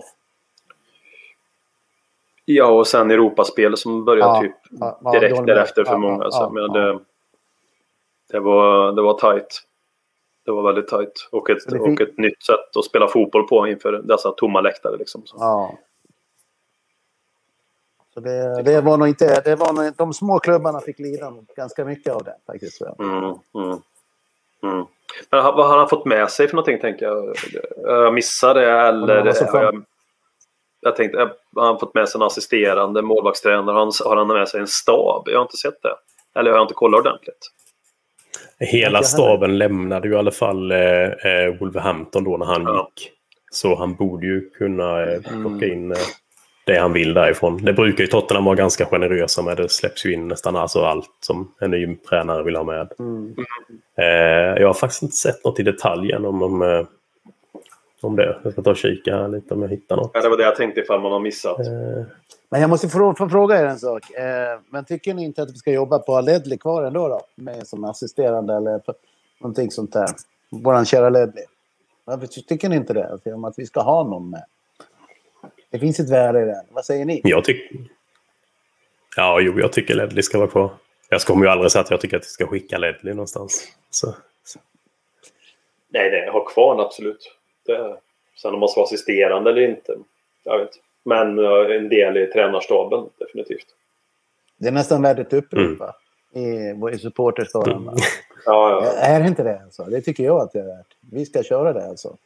Ja, och sen Europaspel som började ja, typ ja, direkt ja, därefter för ja, många. Ja, så, men ja. det, det, var, det var tajt. Det var väldigt tajt. Och ett, fick... och ett nytt sätt att spela fotboll på inför dessa tomma läktare. Liksom, så. Ja. Så det, det var nog inte... Det var nog, de små klubbarna fick lida ganska mycket av det faktiskt. Mm, mm, mm. Men vad har han fått med sig för någonting, tänker jag? Jag missade det, eller... Jag, jag tänkte, har han fått med sig en assisterande målvaktstränare? Har han med sig en stab? Jag har inte sett det. Eller jag har inte kollat ordentligt. Hela staben lämnade ju i alla fall eh, Wolverhampton då när han ja. gick. Så han borde ju kunna eh, plocka in eh, det han vill därifrån. Det brukar ju Tottenham vara ganska generösa med. Det släpps ju in nästan alltså allt som en ny tränare vill ha med. Mm. Eh, jag har faktiskt inte sett något i detaljen om, om, eh, om det. Jag ska ta och kika här lite om jag hittar något. Ja, det var det jag tänkte ifall man har missat. Eh. Men jag måste få, få fråga er en sak. Eh, men tycker ni inte att vi ska jobba på Ledley kvar ändå då? Med som assisterande eller någonting sånt där. Våran kära Ledley. Tycker ni inte det? Alltså, om att vi ska ha någon med. Det finns ett värde i det. Vad säger ni? Jag tycker... Ja, jo, jag tycker Ledley ska vara kvar. Jag kommer ju aldrig säga att jag tycker att vi ska skicka Ledley någonstans. Så. Så. Nej, det har kvar absolut. Det... Sen om man ska vara assisterande eller inte. Jag vet. Men en del i tränarstaben, definitivt. Det är nästan värdigt upprop, mm. va? I, i supporterskaran. Mm. Ja, ja. Är det inte det alltså? Det tycker jag att det är värt. Vi ska köra det alltså.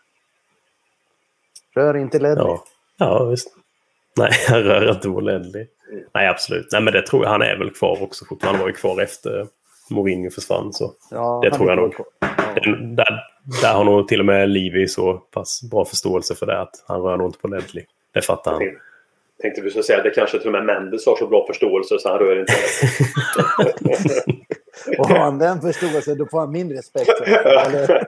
Rör inte Ledley. Ja, ja visst. Nej, han rör inte vår Ledley. Nej, absolut. Nej, men det tror jag. Han är väl kvar också. Han var ju kvar efter Mourinho försvann. Så Ja, det tror jag nog. Ja. Den, där, där har nog till och med Livy så pass bra förståelse för det. Att han rör nog inte på Ledley. Det fattar han. Jag tänkte vi skulle säga att det kanske till och med Mendes har så bra förståelse så han rör inte. Och har han den förståelsen då får han mindre respekt. Eller?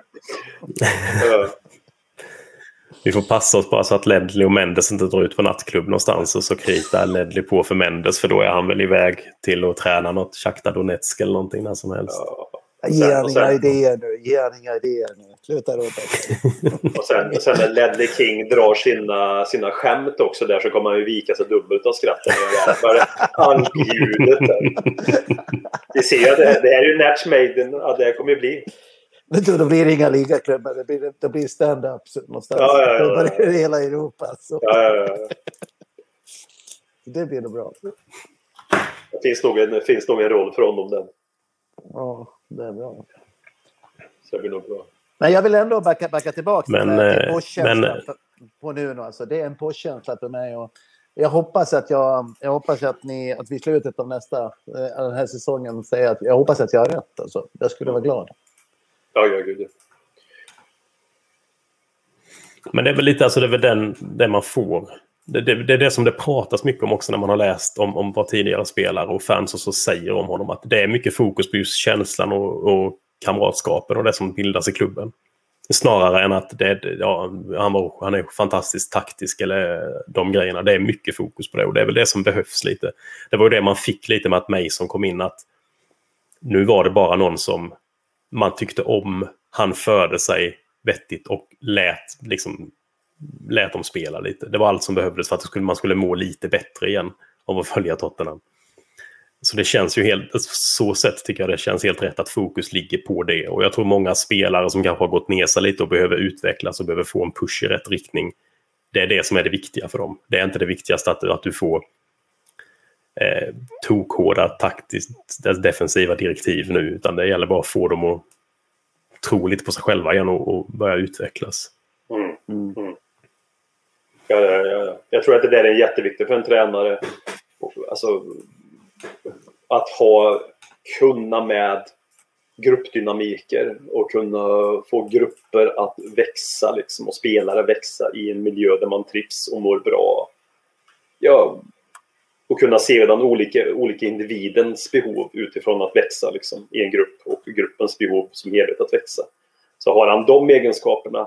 Vi får passa oss bara så att Ledley och Mendes inte drar ut på nattklubb någonstans och så kritar Ledley på för Mendes för då är han väl iväg till att träna något Shakhtar Donetsk eller någonting när som helst. Ja. Ge han inga idéer nu. Ge han inga idéer nu. Sluta råta. Och sen, sen när Ledley King drar sina, sina skämt också där så kommer han ju vika sig dubbelt av skratten. Algljudet där. Vi ser att det, det här är ju Natch Maiden. Ja, det kommer ju bli. Men då blir det inga ligaklubbar. Det blir, det blir stand-up någonstans. Ja, ja, ja, ja. I hela Europa. Så. Ja, ja, ja. Det blir nog bra. Det finns nog en, finns nog en roll för honom den. Ja, det är bra. Så det blir nog bra. Men jag vill ändå backa, backa tillbaka men, till Porsche-känslan men... på nu. Alltså. Det är en Porsche-känsla för mig. Och jag hoppas att jag, jag hoppas att ni att vi i slutet av nästa den här säsongen säger att jag hoppas att jag har rätt. Alltså. Jag skulle vara glad. Ja, ja, gud. Men det är väl lite alltså det är väl den det man får. Det, det, det är det som det pratas mycket om också när man har läst om, om vad tidigare spelare och fans och så säger om honom. Att det är mycket fokus på just känslan och, och kamratskapen och det som bildas i klubben. Snarare än att det, ja, han, var, han är fantastiskt taktisk eller de grejerna. Det är mycket fokus på det och det är väl det som behövs lite. Det var ju det man fick lite med att Mason kom in att nu var det bara någon som man tyckte om, han förde sig vettigt och lät, liksom, lät dem spela lite. Det var allt som behövdes för att skulle, man skulle må lite bättre igen av att följa Tottenham. Så det känns ju helt, så sätt tycker jag det känns helt rätt att fokus ligger på det. Och jag tror många spelare som kanske har gått ner sig lite och behöver utvecklas och behöver få en push i rätt riktning. Det är det som är det viktiga för dem. Det är inte det viktigaste att, att du får eh, tokhårda taktiskt defensiva direktiv nu, utan det gäller bara att få dem att tro lite på sig själva igen och, och börja utvecklas. Mm. Mm. Ja, ja, ja. Jag tror att det där är jätteviktigt för en tränare. Alltså, att ha kunna med gruppdynamiker och kunna få grupper att växa liksom, och spelare växa i en miljö där man trivs och mår bra. Ja, och kunna se den olika, olika individens behov utifrån att växa liksom, i en grupp och gruppens behov som helhet att växa. Så har han de egenskaperna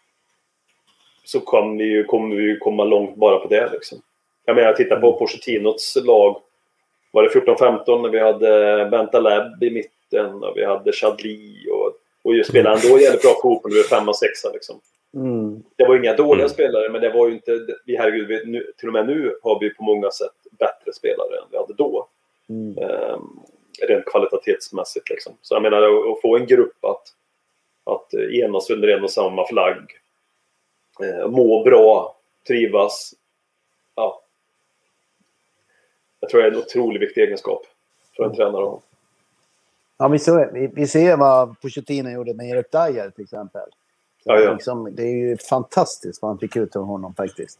så kommer vi ju kommer vi komma långt bara på det. Liksom. Jag menar, jag tittar på Pochettinots lag. Var det fjorton femton när vi hade Bentaleb i mitten och vi hade Chadli och, och ju spelade ändå jävligt bra fotboll. Vi var femma, sexa liksom. Mm. Det var inga dåliga mm. spelare, men det var ju inte vi herregud, vi, nu, till och med nu har vi på många sätt bättre spelare än vi hade då. Mm. Um, rent kvalitetsmässigt liksom. Så jag menar att få en grupp att att enas under en och samma flagg, eh, må bra, trivas. Ja. Jag tror det är en otroligt viktig egenskap för en mm. tränare. Ja, vi, så, vi, vi ser vad Pochettino gjorde med Erik Dyer till exempel. Ja, ja. Liksom, det är ju fantastiskt vad han fick ut av honom faktiskt.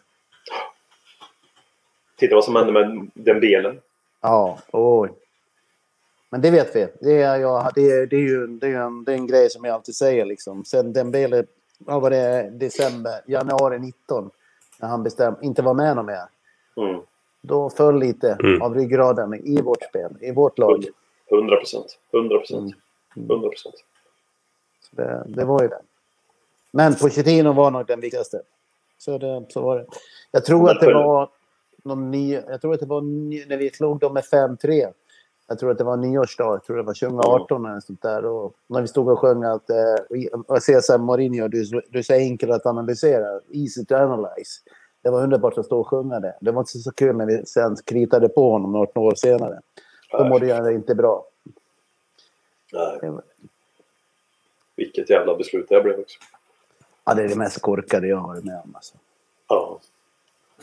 Titta vad som hände med den belen. Ja, oj. Men det vet vi. Det är, ja, det är, det är ju det är en, det är en grej som jag alltid säger. Liksom. Sen den belen, ja, var det december, januari nitton, när han bestämde inte var med någon mer. Mm. Då föll lite mm. av ryggraden i vårt spel, i vårt lag. hundra procent. hundra procent. hundra procent. Så det, det var ju det. Men Pochettino var nog den viktigaste. Så, det, så var det. Jag tror att det var någon ny, jag tror att det var ny, när vi slog dem med fem tre. Jag tror att det var nyårsdag, jag tror det var tjugo arton eller sånt där. Och när vi stod och sjöng att eh, Cesar Mourinho, du, du är så enkel att analysera, easy to analyze. Det var underbart att stå och sjunga det. Det var inte så kul när vi sen kritade på honom några år senare. Då mådde jag inte bra. Nej. Vilket jävla beslut det blev också. Ja, det är det mest korkade jag har varit med om. Alltså. Ja.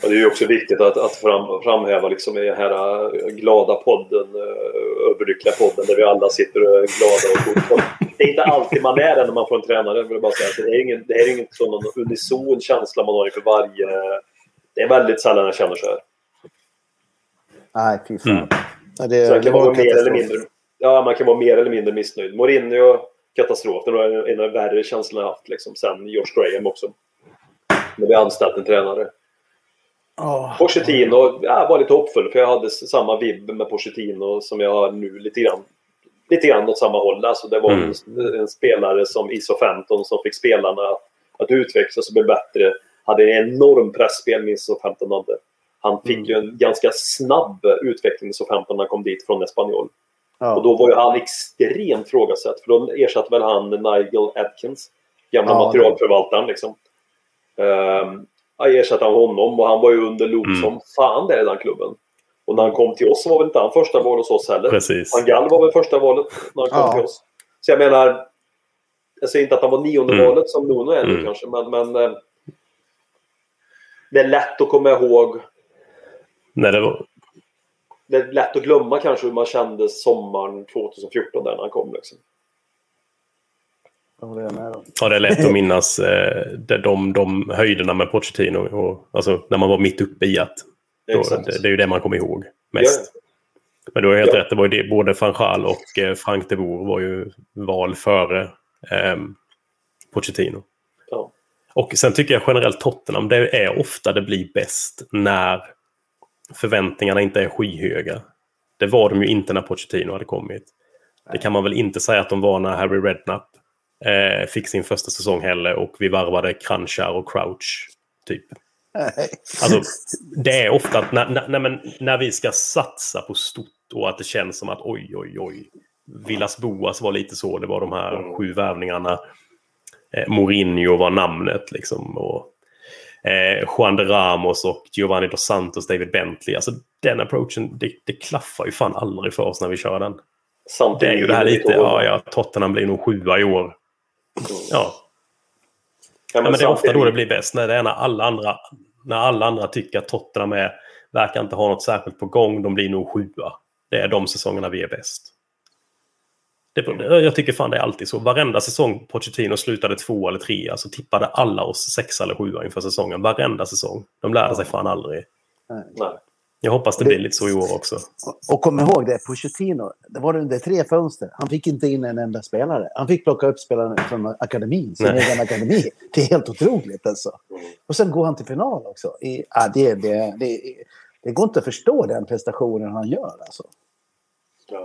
Och det är ju också viktigt att, att fram, framhäva liksom i den här glada podden, överlyckliga podden där vi alla sitter och är glada och det är inte alltid man är det när man får en tränare, vill jag bara säga. Så det är ingen, det är ingen sån unison känsla man har inför varje. Det är väldigt sällan jag känner så här. Nej, fy fan. Mm. Ja, det, så det, det kan var vara mer katastrof. eller mindre. Ja, man kan vara mer eller mindre missnöjd. Mourinho, katastrof. Det var en, en av de värre känslorna jag haft liksom. Sen Josh Graham också. När vi anställt en tränare. Oh. Pochettino, jag var lite hoppfull för jag hade samma vibb med Pochettino som jag har nu lite grann. Lite grann åt samma håll. Alltså det var mm. en, en spelare som I S O femton som fick spelarna att, att utvecklas och bli bättre. Hade en enorm pressspel med I S O femton hade. Han fick mm. ju en ganska snabb utveckling i I S O femton när han kom dit från Espanyol. Ja. Och då var ju han extremt frågasatt. För då ersatte väl han Nigel Adkins, gamla ja, materialförvaltaren liksom. Um, jag ersatte han honom och han var ju under loop mm. som fan där i den klubben. Och när han kom till oss så var väl inte han första val hos oss heller. Precis. Han Gall var väl första valet när han kom ja. till oss. Så jag menar, jag säger inte att han var nionde mm. valet som Nuno är nu mm. kanske, men, men eh, det är lätt att komma ihåg. Nej, det var... Det är lätt att glömma kanske hur man kände sommaren tjugohundrafjorton där när han kom liksom. Ja, det är lätt att minnas eh, de, de höjderna med Pochettino och, alltså när man var mitt uppe i att då, det, det är ju det man kommer ihåg mest. Ja. Men du har helt ja. rätt, det var ju det, både Van Gaal och eh, Frank de Boer var ju val före eh, Pochettino. Ja. Och sen tycker jag generellt Tottenham, det är ofta det blir bäst när förväntningarna inte är skyhöga. Det var de ju inte när Pochettino hade kommit. Det kan man väl inte säga att de var när Harry Redknapp eh, fick sin första säsong heller och vi varvade Kranjčar och Crouch typ. Alltså, det är ofta att när, när, när, när vi ska satsa på stort och att det känns som att oj, oj, oj. Villas Boas var lite så. Det var de här mm. sju värvningarna. Eh, Mourinho var namnet liksom. Och eh, Juan de Ramos och Giovanni Dos Santos, David Bentley. Alltså den approachen, det, det klaffar ju fan aldrig för oss när vi kör den. Samtidigt det är ju det här lite, ja, ja, Tottenham blir nog sjua i år. Ja. Ja, men, ja, men det är ofta då det blir bäst. När det är när alla andra, när alla andra tycker att Tottenham är, verkar inte ha något särskilt på gång. De blir nog sjua. Det är de säsongerna vi är bäst. Det, jag tycker fan det är alltid så. Varenda säsong Pochettino slutade två eller tre. Alltså tippade alla oss sex eller sjua inför säsongen. Varenda säsong. De lärde sig fan aldrig. Nej. Jag hoppas det, det blir lite så i år också. Och, och kom ihåg det, Pochettino, det var under tre fönster. Han fick inte in en enda spelare. Han fick plocka upp spelare från akademin, sin egen akademi. Det är helt otroligt alltså. Och sen går han till final också. I, ja, det, det, det, det går inte att förstå den prestationen han gör alltså. Ja.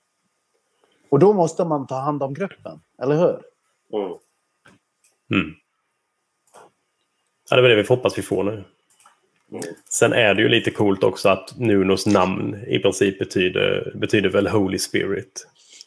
Och då måste man ta hand om gruppen, eller hur? Mm. Mm. Ja, det är det vi hoppas vi får nu. Mm. Sen är det ju lite coolt också att Nunos namn i princip betyder, betyder väl Holy Spirit.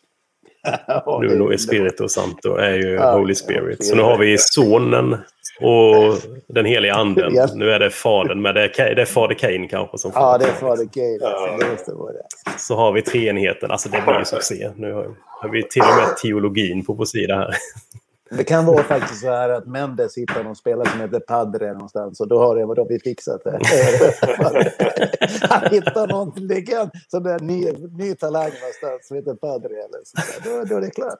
Ja, Nuno Espirito Santo är ju ja, Holy Spirit. Ja, så nu har vi sonen och den heliga anden. Ja. Nu är det fadern, men det är, det är fader Kane kanske. Som ja, det är fader Kane. Ja. Det måste vara det. Så har vi treenigheten. Alltså det blir ju succé. Nu har, har vi till och med teologin på vår sida här. Det kan vara faktiskt så här att Mendes hittar någon spelare som heter Padre någonstans och då har det vad då vi fixat det. Han hittar någon legend som är ny, ny talang någonstans som heter Padre eller så där. Då, då är det klart.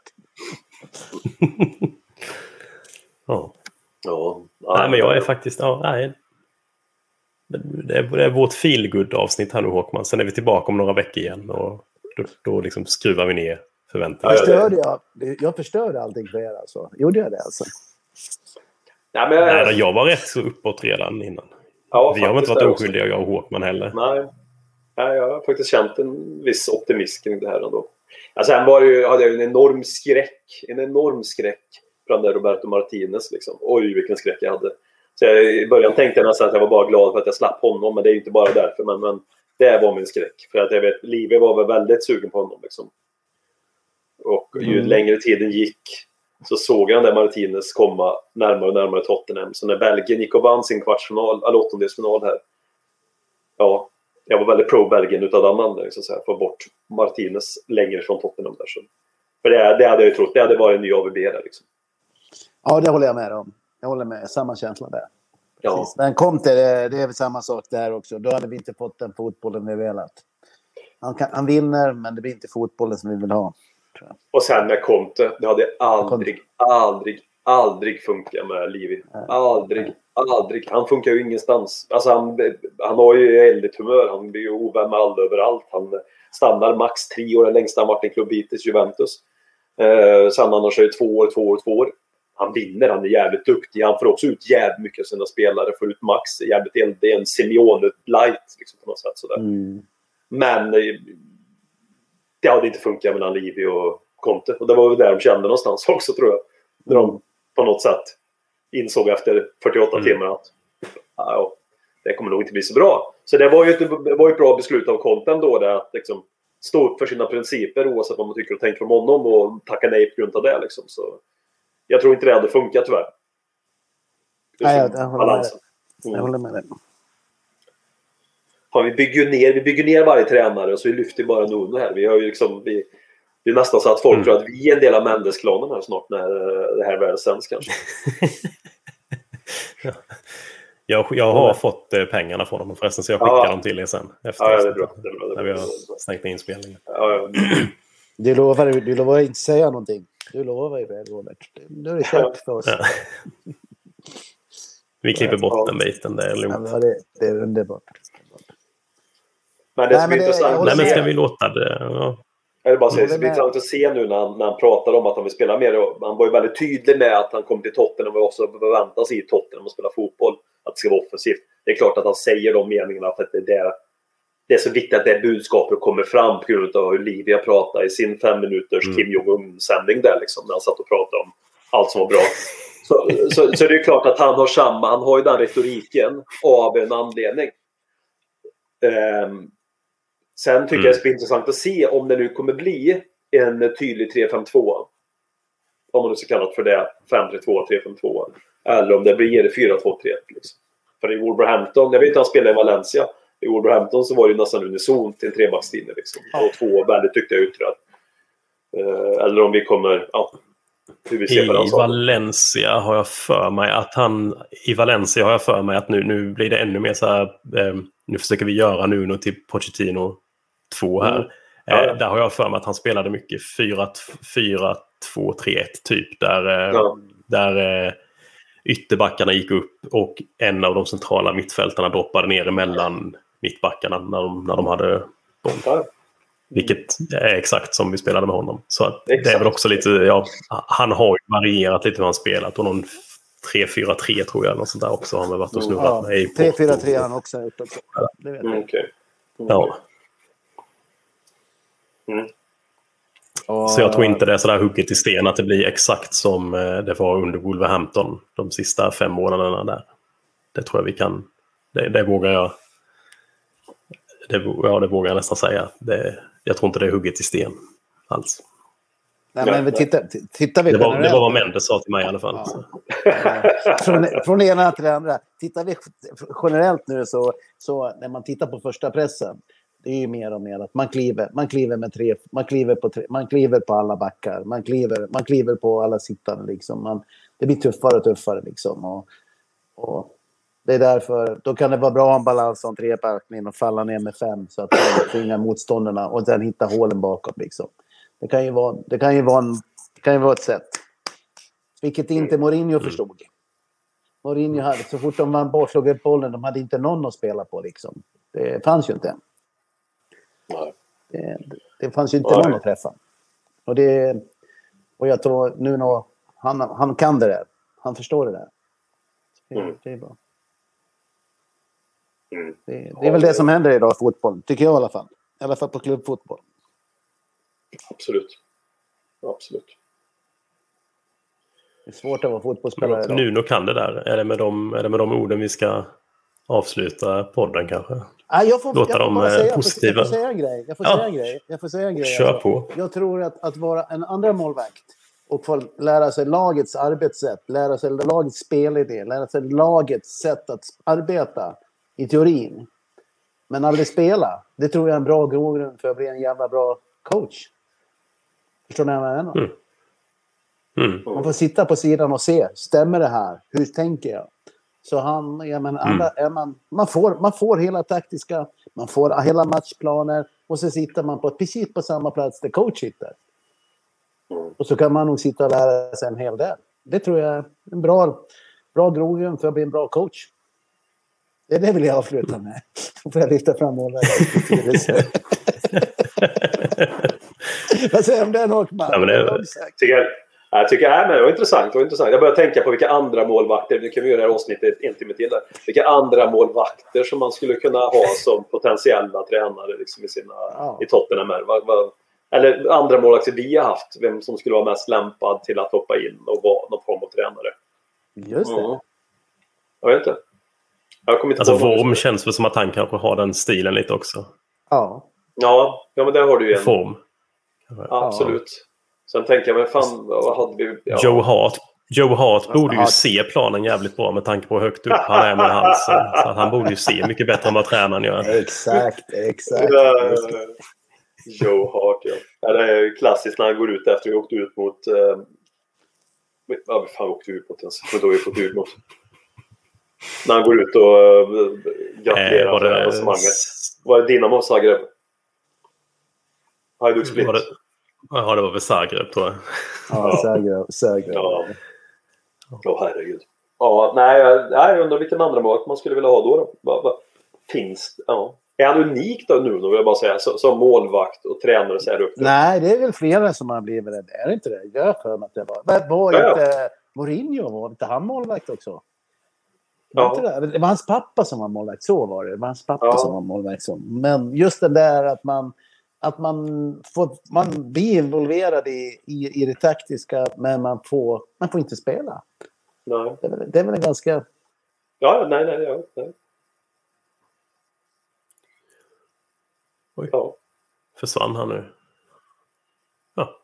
Ja. Ja. Nej, men jag är faktiskt ja, nej. Det är, det är vårt feelgood avsnitt här nu, Håkman. Sen är vi tillbaka om några veckor igen och då, då liksom skruvar vi ner. Förstörde jag, jag förstörde allting för er alltså. Gjorde jag det alltså? Ja, men jag... Nej, jag var rätt så uppåt redan innan. Ja, vi har inte varit oskyldiga, jag och Håkman heller. Nej. Nej, jag har faktiskt känt en viss optimism kring det här ändå. Ja, sen var det ju, hade jag en enorm skräck. En enorm skräck från där Roberto Martinez. Liksom. Oj, vilken skräck jag hade. Så jag, i början tänkte jag nästan att jag var bara glad för att jag slapp honom. Men det är ju inte bara därför. Men, men det var min skräck. För att jag vet, Live var väl väldigt sugen på honom liksom. Och ju mm. längre tiden gick så såg han där Martinez komma närmare och närmare Tottenham. Så när Belgien gick och vann sin kvartsfinal, eller åttondelsfinal här. Ja, jag var väldigt pro-Belgien utav den anledningen så att säga. Få bort Martinez längre från Tottenham där. Så. För det, det hade jag ju trott, det hade varit en ny A V B där liksom. Ja, det håller jag med om. Jag håller med, samma känsla där. Ja. Men Conte, det, det är väl samma sak där också. Då hade vi inte fått den fotbollen vi velat. Han, kan, han vinner, men det blir inte fotbollen som vi vill ha. Tror jag. Och sen med Conte, det hade aldrig, aldrig, aldrig funkat med Livi. Aldrig, aldrig. Han funkar ju ingenstans. Alltså han, han har ju eldigt humör. Han blir ju ovän med alla överallt. Han stannar max tre år, längst han varit en klubb hittills, Juventus. Eh, sen han har kört två år, två år, två år. Han vinner, han är jävligt duktig. Han får också ut jävligt mycket av sina spelare. Får ut max, jävligt eldig. Det är en Simeone light liksom, på något sätt sådär. Mm. Men det hade inte funkat mellan Livi och Conte. Och det var väl där de kände någonstans också, tror jag. När de på något sätt insåg efter fyrtioåtta mm. timmar att ja, det kommer nog inte bli så bra. Så det var ju ett, det var ju ett bra beslut av Conte ändå, där att liksom stå upp för sina principer oavsett vad man tycker och tänker om honom och tacka nej på grund av det. Liksom. Så jag tror inte det hade funkat tyvärr. Nej, jag, jag, håller med jag håller med dig. Ja, vi bygger ner, vi bygger ner varje tränare och så vi lyfter bara Nuno här. Vi har ju liksom, vi, det är nästan så att folk mm. tror att vi är en del av Mendes-klanen här snart när det här väl sänds kanske. ja. jag, jag har mm. fått eh, pengarna från dem förresten, så jag skickar ja. dem till er sen. Efter ja, det är bra. Det är bra, det är bra. När vi har stängt in spelningen. Ja, ja. Du lovar, du lovar inte säga någonting. Du lovar ju det, Robert. Nu är det kört för oss. Ja. Vi klipper bort den biten. Det är lugnt. Ja, det, det är underbart. Men det som är intressant... Nej, men ska vi låta det... Ja. Jag vill bara säga, det är intressant att se nu när han, när han pratar om att han vill spela mer. Han var ju väldigt tydlig med att han kom till Tottenham och också förväntas i Tottenham och spela fotboll. Att det ska vara offensivt. Det är klart att han säger de meningarna för att det är, det är så viktigt att det budskapet kommer fram på grund av hur Livia pratar i sin fem minuters mm. Kim Jong-Un-sändning där liksom, när han satt och pratade om allt som var bra. Så, så, så det är klart att han har samma, han har ju den retoriken av en anledning. Um, sen tycker mm. jag det är intressant att se om det nu kommer bli en tydlig tre fem två, om man nu ska kalla det för det, fem tre två, tre fem två, eller om det blir fyra två tre liksom. För i Wolverhampton, jag vet inte, han spelar i Valencia, i Wolverhampton så var det nästan unisont till en trebackslinje liksom, och två väldigt duktiga yttrar. Uh, eller om vi kommer, ja, hur vi ser på den I Valencia har jag för mig att han i Valencia har jag för mig att nu, nu blir det ännu mer så här, eh, nu försöker vi göra Nuno till Pochettino två här. Mm. Ja. Eh, där har jag för mig att han spelade mycket fyra två tre ett typ, där, eh, ja. där eh, ytterbackarna gick upp och en av de centrala mittfältarna droppade ner emellan mittbackarna när de, när de hade boll. Ja. Vilket är exakt som vi spelade med honom. Så att det är väl också lite, ja, han har ju varierat lite hur han spelat. Och någon tre fyra tre tror jag, något sånt där också har man varit och snurrat ja, med. tre fyra tre har han också gjort också. Det vet jag. Mm, okay. Mm. Ja. Mm. Så jag tror inte det är sådär hugget i sten att det blir exakt som det var under Wolverhampton de sista fem månaderna där. Det tror jag vi kan, det, det vågar jag det, ja, det vågar jag nästan säga. Det, jag tror inte det är hugget i sten alls. Nej, men vi tittar, tittar vi det, var, det var vad Mendes sa till mig i alla fall. Ja. från, från det ena till det andra. Tittar vi generellt nu så, så när man tittar på första pressen, det är ju mer och mer att man kliver, man kliver med tre, man kliver på tre, man kliver på alla backar, man kliver, man kliver på alla sittande liksom. Man, det blir tuffare och tuffare liksom, och, och det är därför, då kan det vara bra en balans om trebackning och falla ner med fem så att man tvingar motståndarna och sen hitta hålen bakom liksom. Det kan ju vara, det kan ju vara en, det kan ju vara ett sätt. Vilket inte Mourinho förstod. Mourinho hade, så fort de vann bort slog upp bollen, de hade inte någon att spela på liksom. Det fanns ju inte. Det, det fanns ju inte någon att träffa. Och det, och jag tror nu nå, han, han kan det där. Han förstår det där. Det, mm. det är bra. Mm. Det, det är väl det som händer idag i fotboll, tycker jag i alla fall. I alla fall på klubbfotboll. Absolut. Absolut. Det är svårt att vara fotbollsspelare idag. Nuno kan det där. Är det med de, är det med de orden vi ska avsluta podden kanske? Ah, jag får, Låta jag får dem säga, positiva. Jag får säga en grej. Jag får ja. säga en grej. Jag får säga en grej. Kör alltså, på. Jag tror att, att vara en andra målvakt och få lära sig lagets arbetssätt, lära sig lagets spelidé, lära sig lagets sätt att arbeta i teorin. Men aldrig spela. Det tror jag är en bra grogrund för att bli en jävla bra coach. Förstår ni vad jag menar? Mm. Mm. Man får sitta på sidan och se. Stämmer det här? Hur tänker jag? Så han, jag menar, alla, är man, man, får, man får hela taktiska, man får hela matchplaner och så sitter man på precis på samma plats där coach sitter. Och så kan man nog sitta och lära sig en hel del. Det tror jag är en bra, bra grogrund för att bli en bra coach. Det är det vill jag avsluta med. Då får jag lyfta fram målvakten. Vad säger du om den, Håkman? Ja, men det... tycker, jag tycker äh, men det var intressant, det var intressant. Jag börjar tänka på vilka andra målvakter, nu kan vi göra det här avsnittet en timme till där. Vilka andra målvakter som man skulle kunna ha som potentiella tränare liksom, i, sina, ja. i Tottenham. Vad, vad, eller andra målvakter vi har haft, vem som skulle vara mest lämpad till att hoppa in och vara någon form av tränare. Just det. Mm. Jag vet inte. Jag kommer inte alltså Worm känns väl som att han kanske har den stilen lite också. Ja. Ja, ja men där har du ju en. Form. Ja, absolut. Sen tänker jag, men fan, vad hade vi? Ja. Joe Hart. Joe Hart borde ju se planen jävligt bra med tanke på hur högt upp han är med halsen. Så han borde ju se mycket bättre än vad tränaren gör. Exakt, exakt. Joe Hart, ja. ja. Det är klassiskt när han går ut efter att vi åkte ut mot... Eh... Ja, vi fan åkte ut mot ens. Men då har vi fått ut mot... När han går ut och uh, gratulerar eh, var det, för arrangemanget. Var det Dinamo Zagreb? Hajduk Split. Ja, det var väl Zagreb, tror jag. Ja, Zagreb. Zagreb. Ja, oh, herregud. Ja, nej, jag undrar vilken andra målvakt man skulle vilja ha då. då. Va, va, finns ja. Är han unik då nu, då vill jag bara säga, som, som målvakt och tränare så här uppe? Nej, det är väl flera som har blivit det. Är det inte det? Jag för mig att det var. Men var ja, inte ja. Mourinho, var inte han målvakt också? Ja. Det? det var hans pappa som var målvakt, så var det. Det var hans pappa ja. som var målvakt. Så. Men just det där att man att man får man blir involverad i, i, i det taktiska, men man får, man får inte spela. Nej. Det, är väl, det är väl en ganska... Ja, nej, nej, ja, nej. Oj. Ja. Försvann han nu? Ja.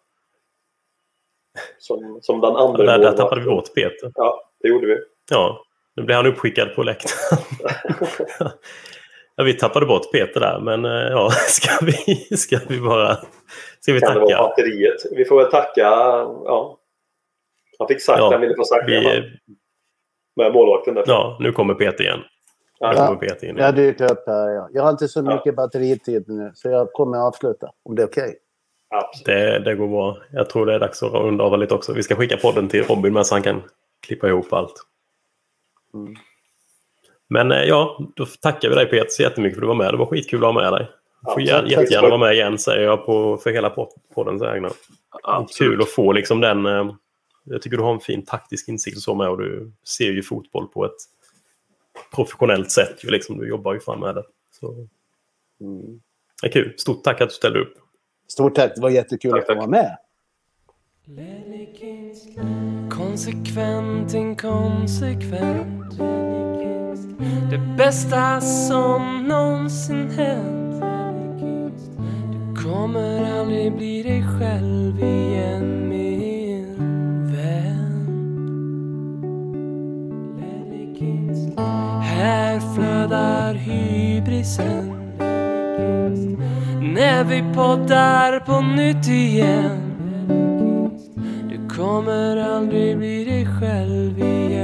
Som, som den andra där, där tappade vi bort Peter. Ja, det gjorde vi. Ja, nu blev han uppskickad på läktaren. Ja, vi tappade bort Peter där, men ja, ska vi, ska vi bara ska vi kan tacka? Det vara batteriet? Vi får väl tacka, ja. Han fick sagt ja, han ville få sagt vi, det. Med målvakten där. Ja, nu kommer Peter igen. Ja, nu kommer Peter in. Jag dyker upp här, ja. Jag har inte så mycket ja. batteritid nu, så jag kommer att avsluta, om det är okej. Okay. Absolut. Det, det går bra. Jag tror det är dags att runda av lite också. Vi ska skicka podden till Robin men så han kan klippa ihop allt. Mm. Men ja, då tackar vi dig Peter så jättemycket för att du var med. Det var skitkul att ha med dig. Du får ja, jättegärna vara med igen, säger jag på, för hela poddens ägna. Kul att få liksom den... Jag tycker du har en fin taktisk insikt och så med, och du ser ju fotboll på ett professionellt sätt. Ju, liksom, du jobbar ju fram med det. Så. Mm. Det är kul. Stort tack att du ställde upp. Stort tack. Det var jättekul tack, att få vara med. Konsekvent, inkonsekvent. Det bästa som någonsin hänt. Du kommer aldrig bli dig själv igen, min vän. Här flödar hybrisen när vi poddar på nytt igen. Du kommer aldrig bli dig själv igen.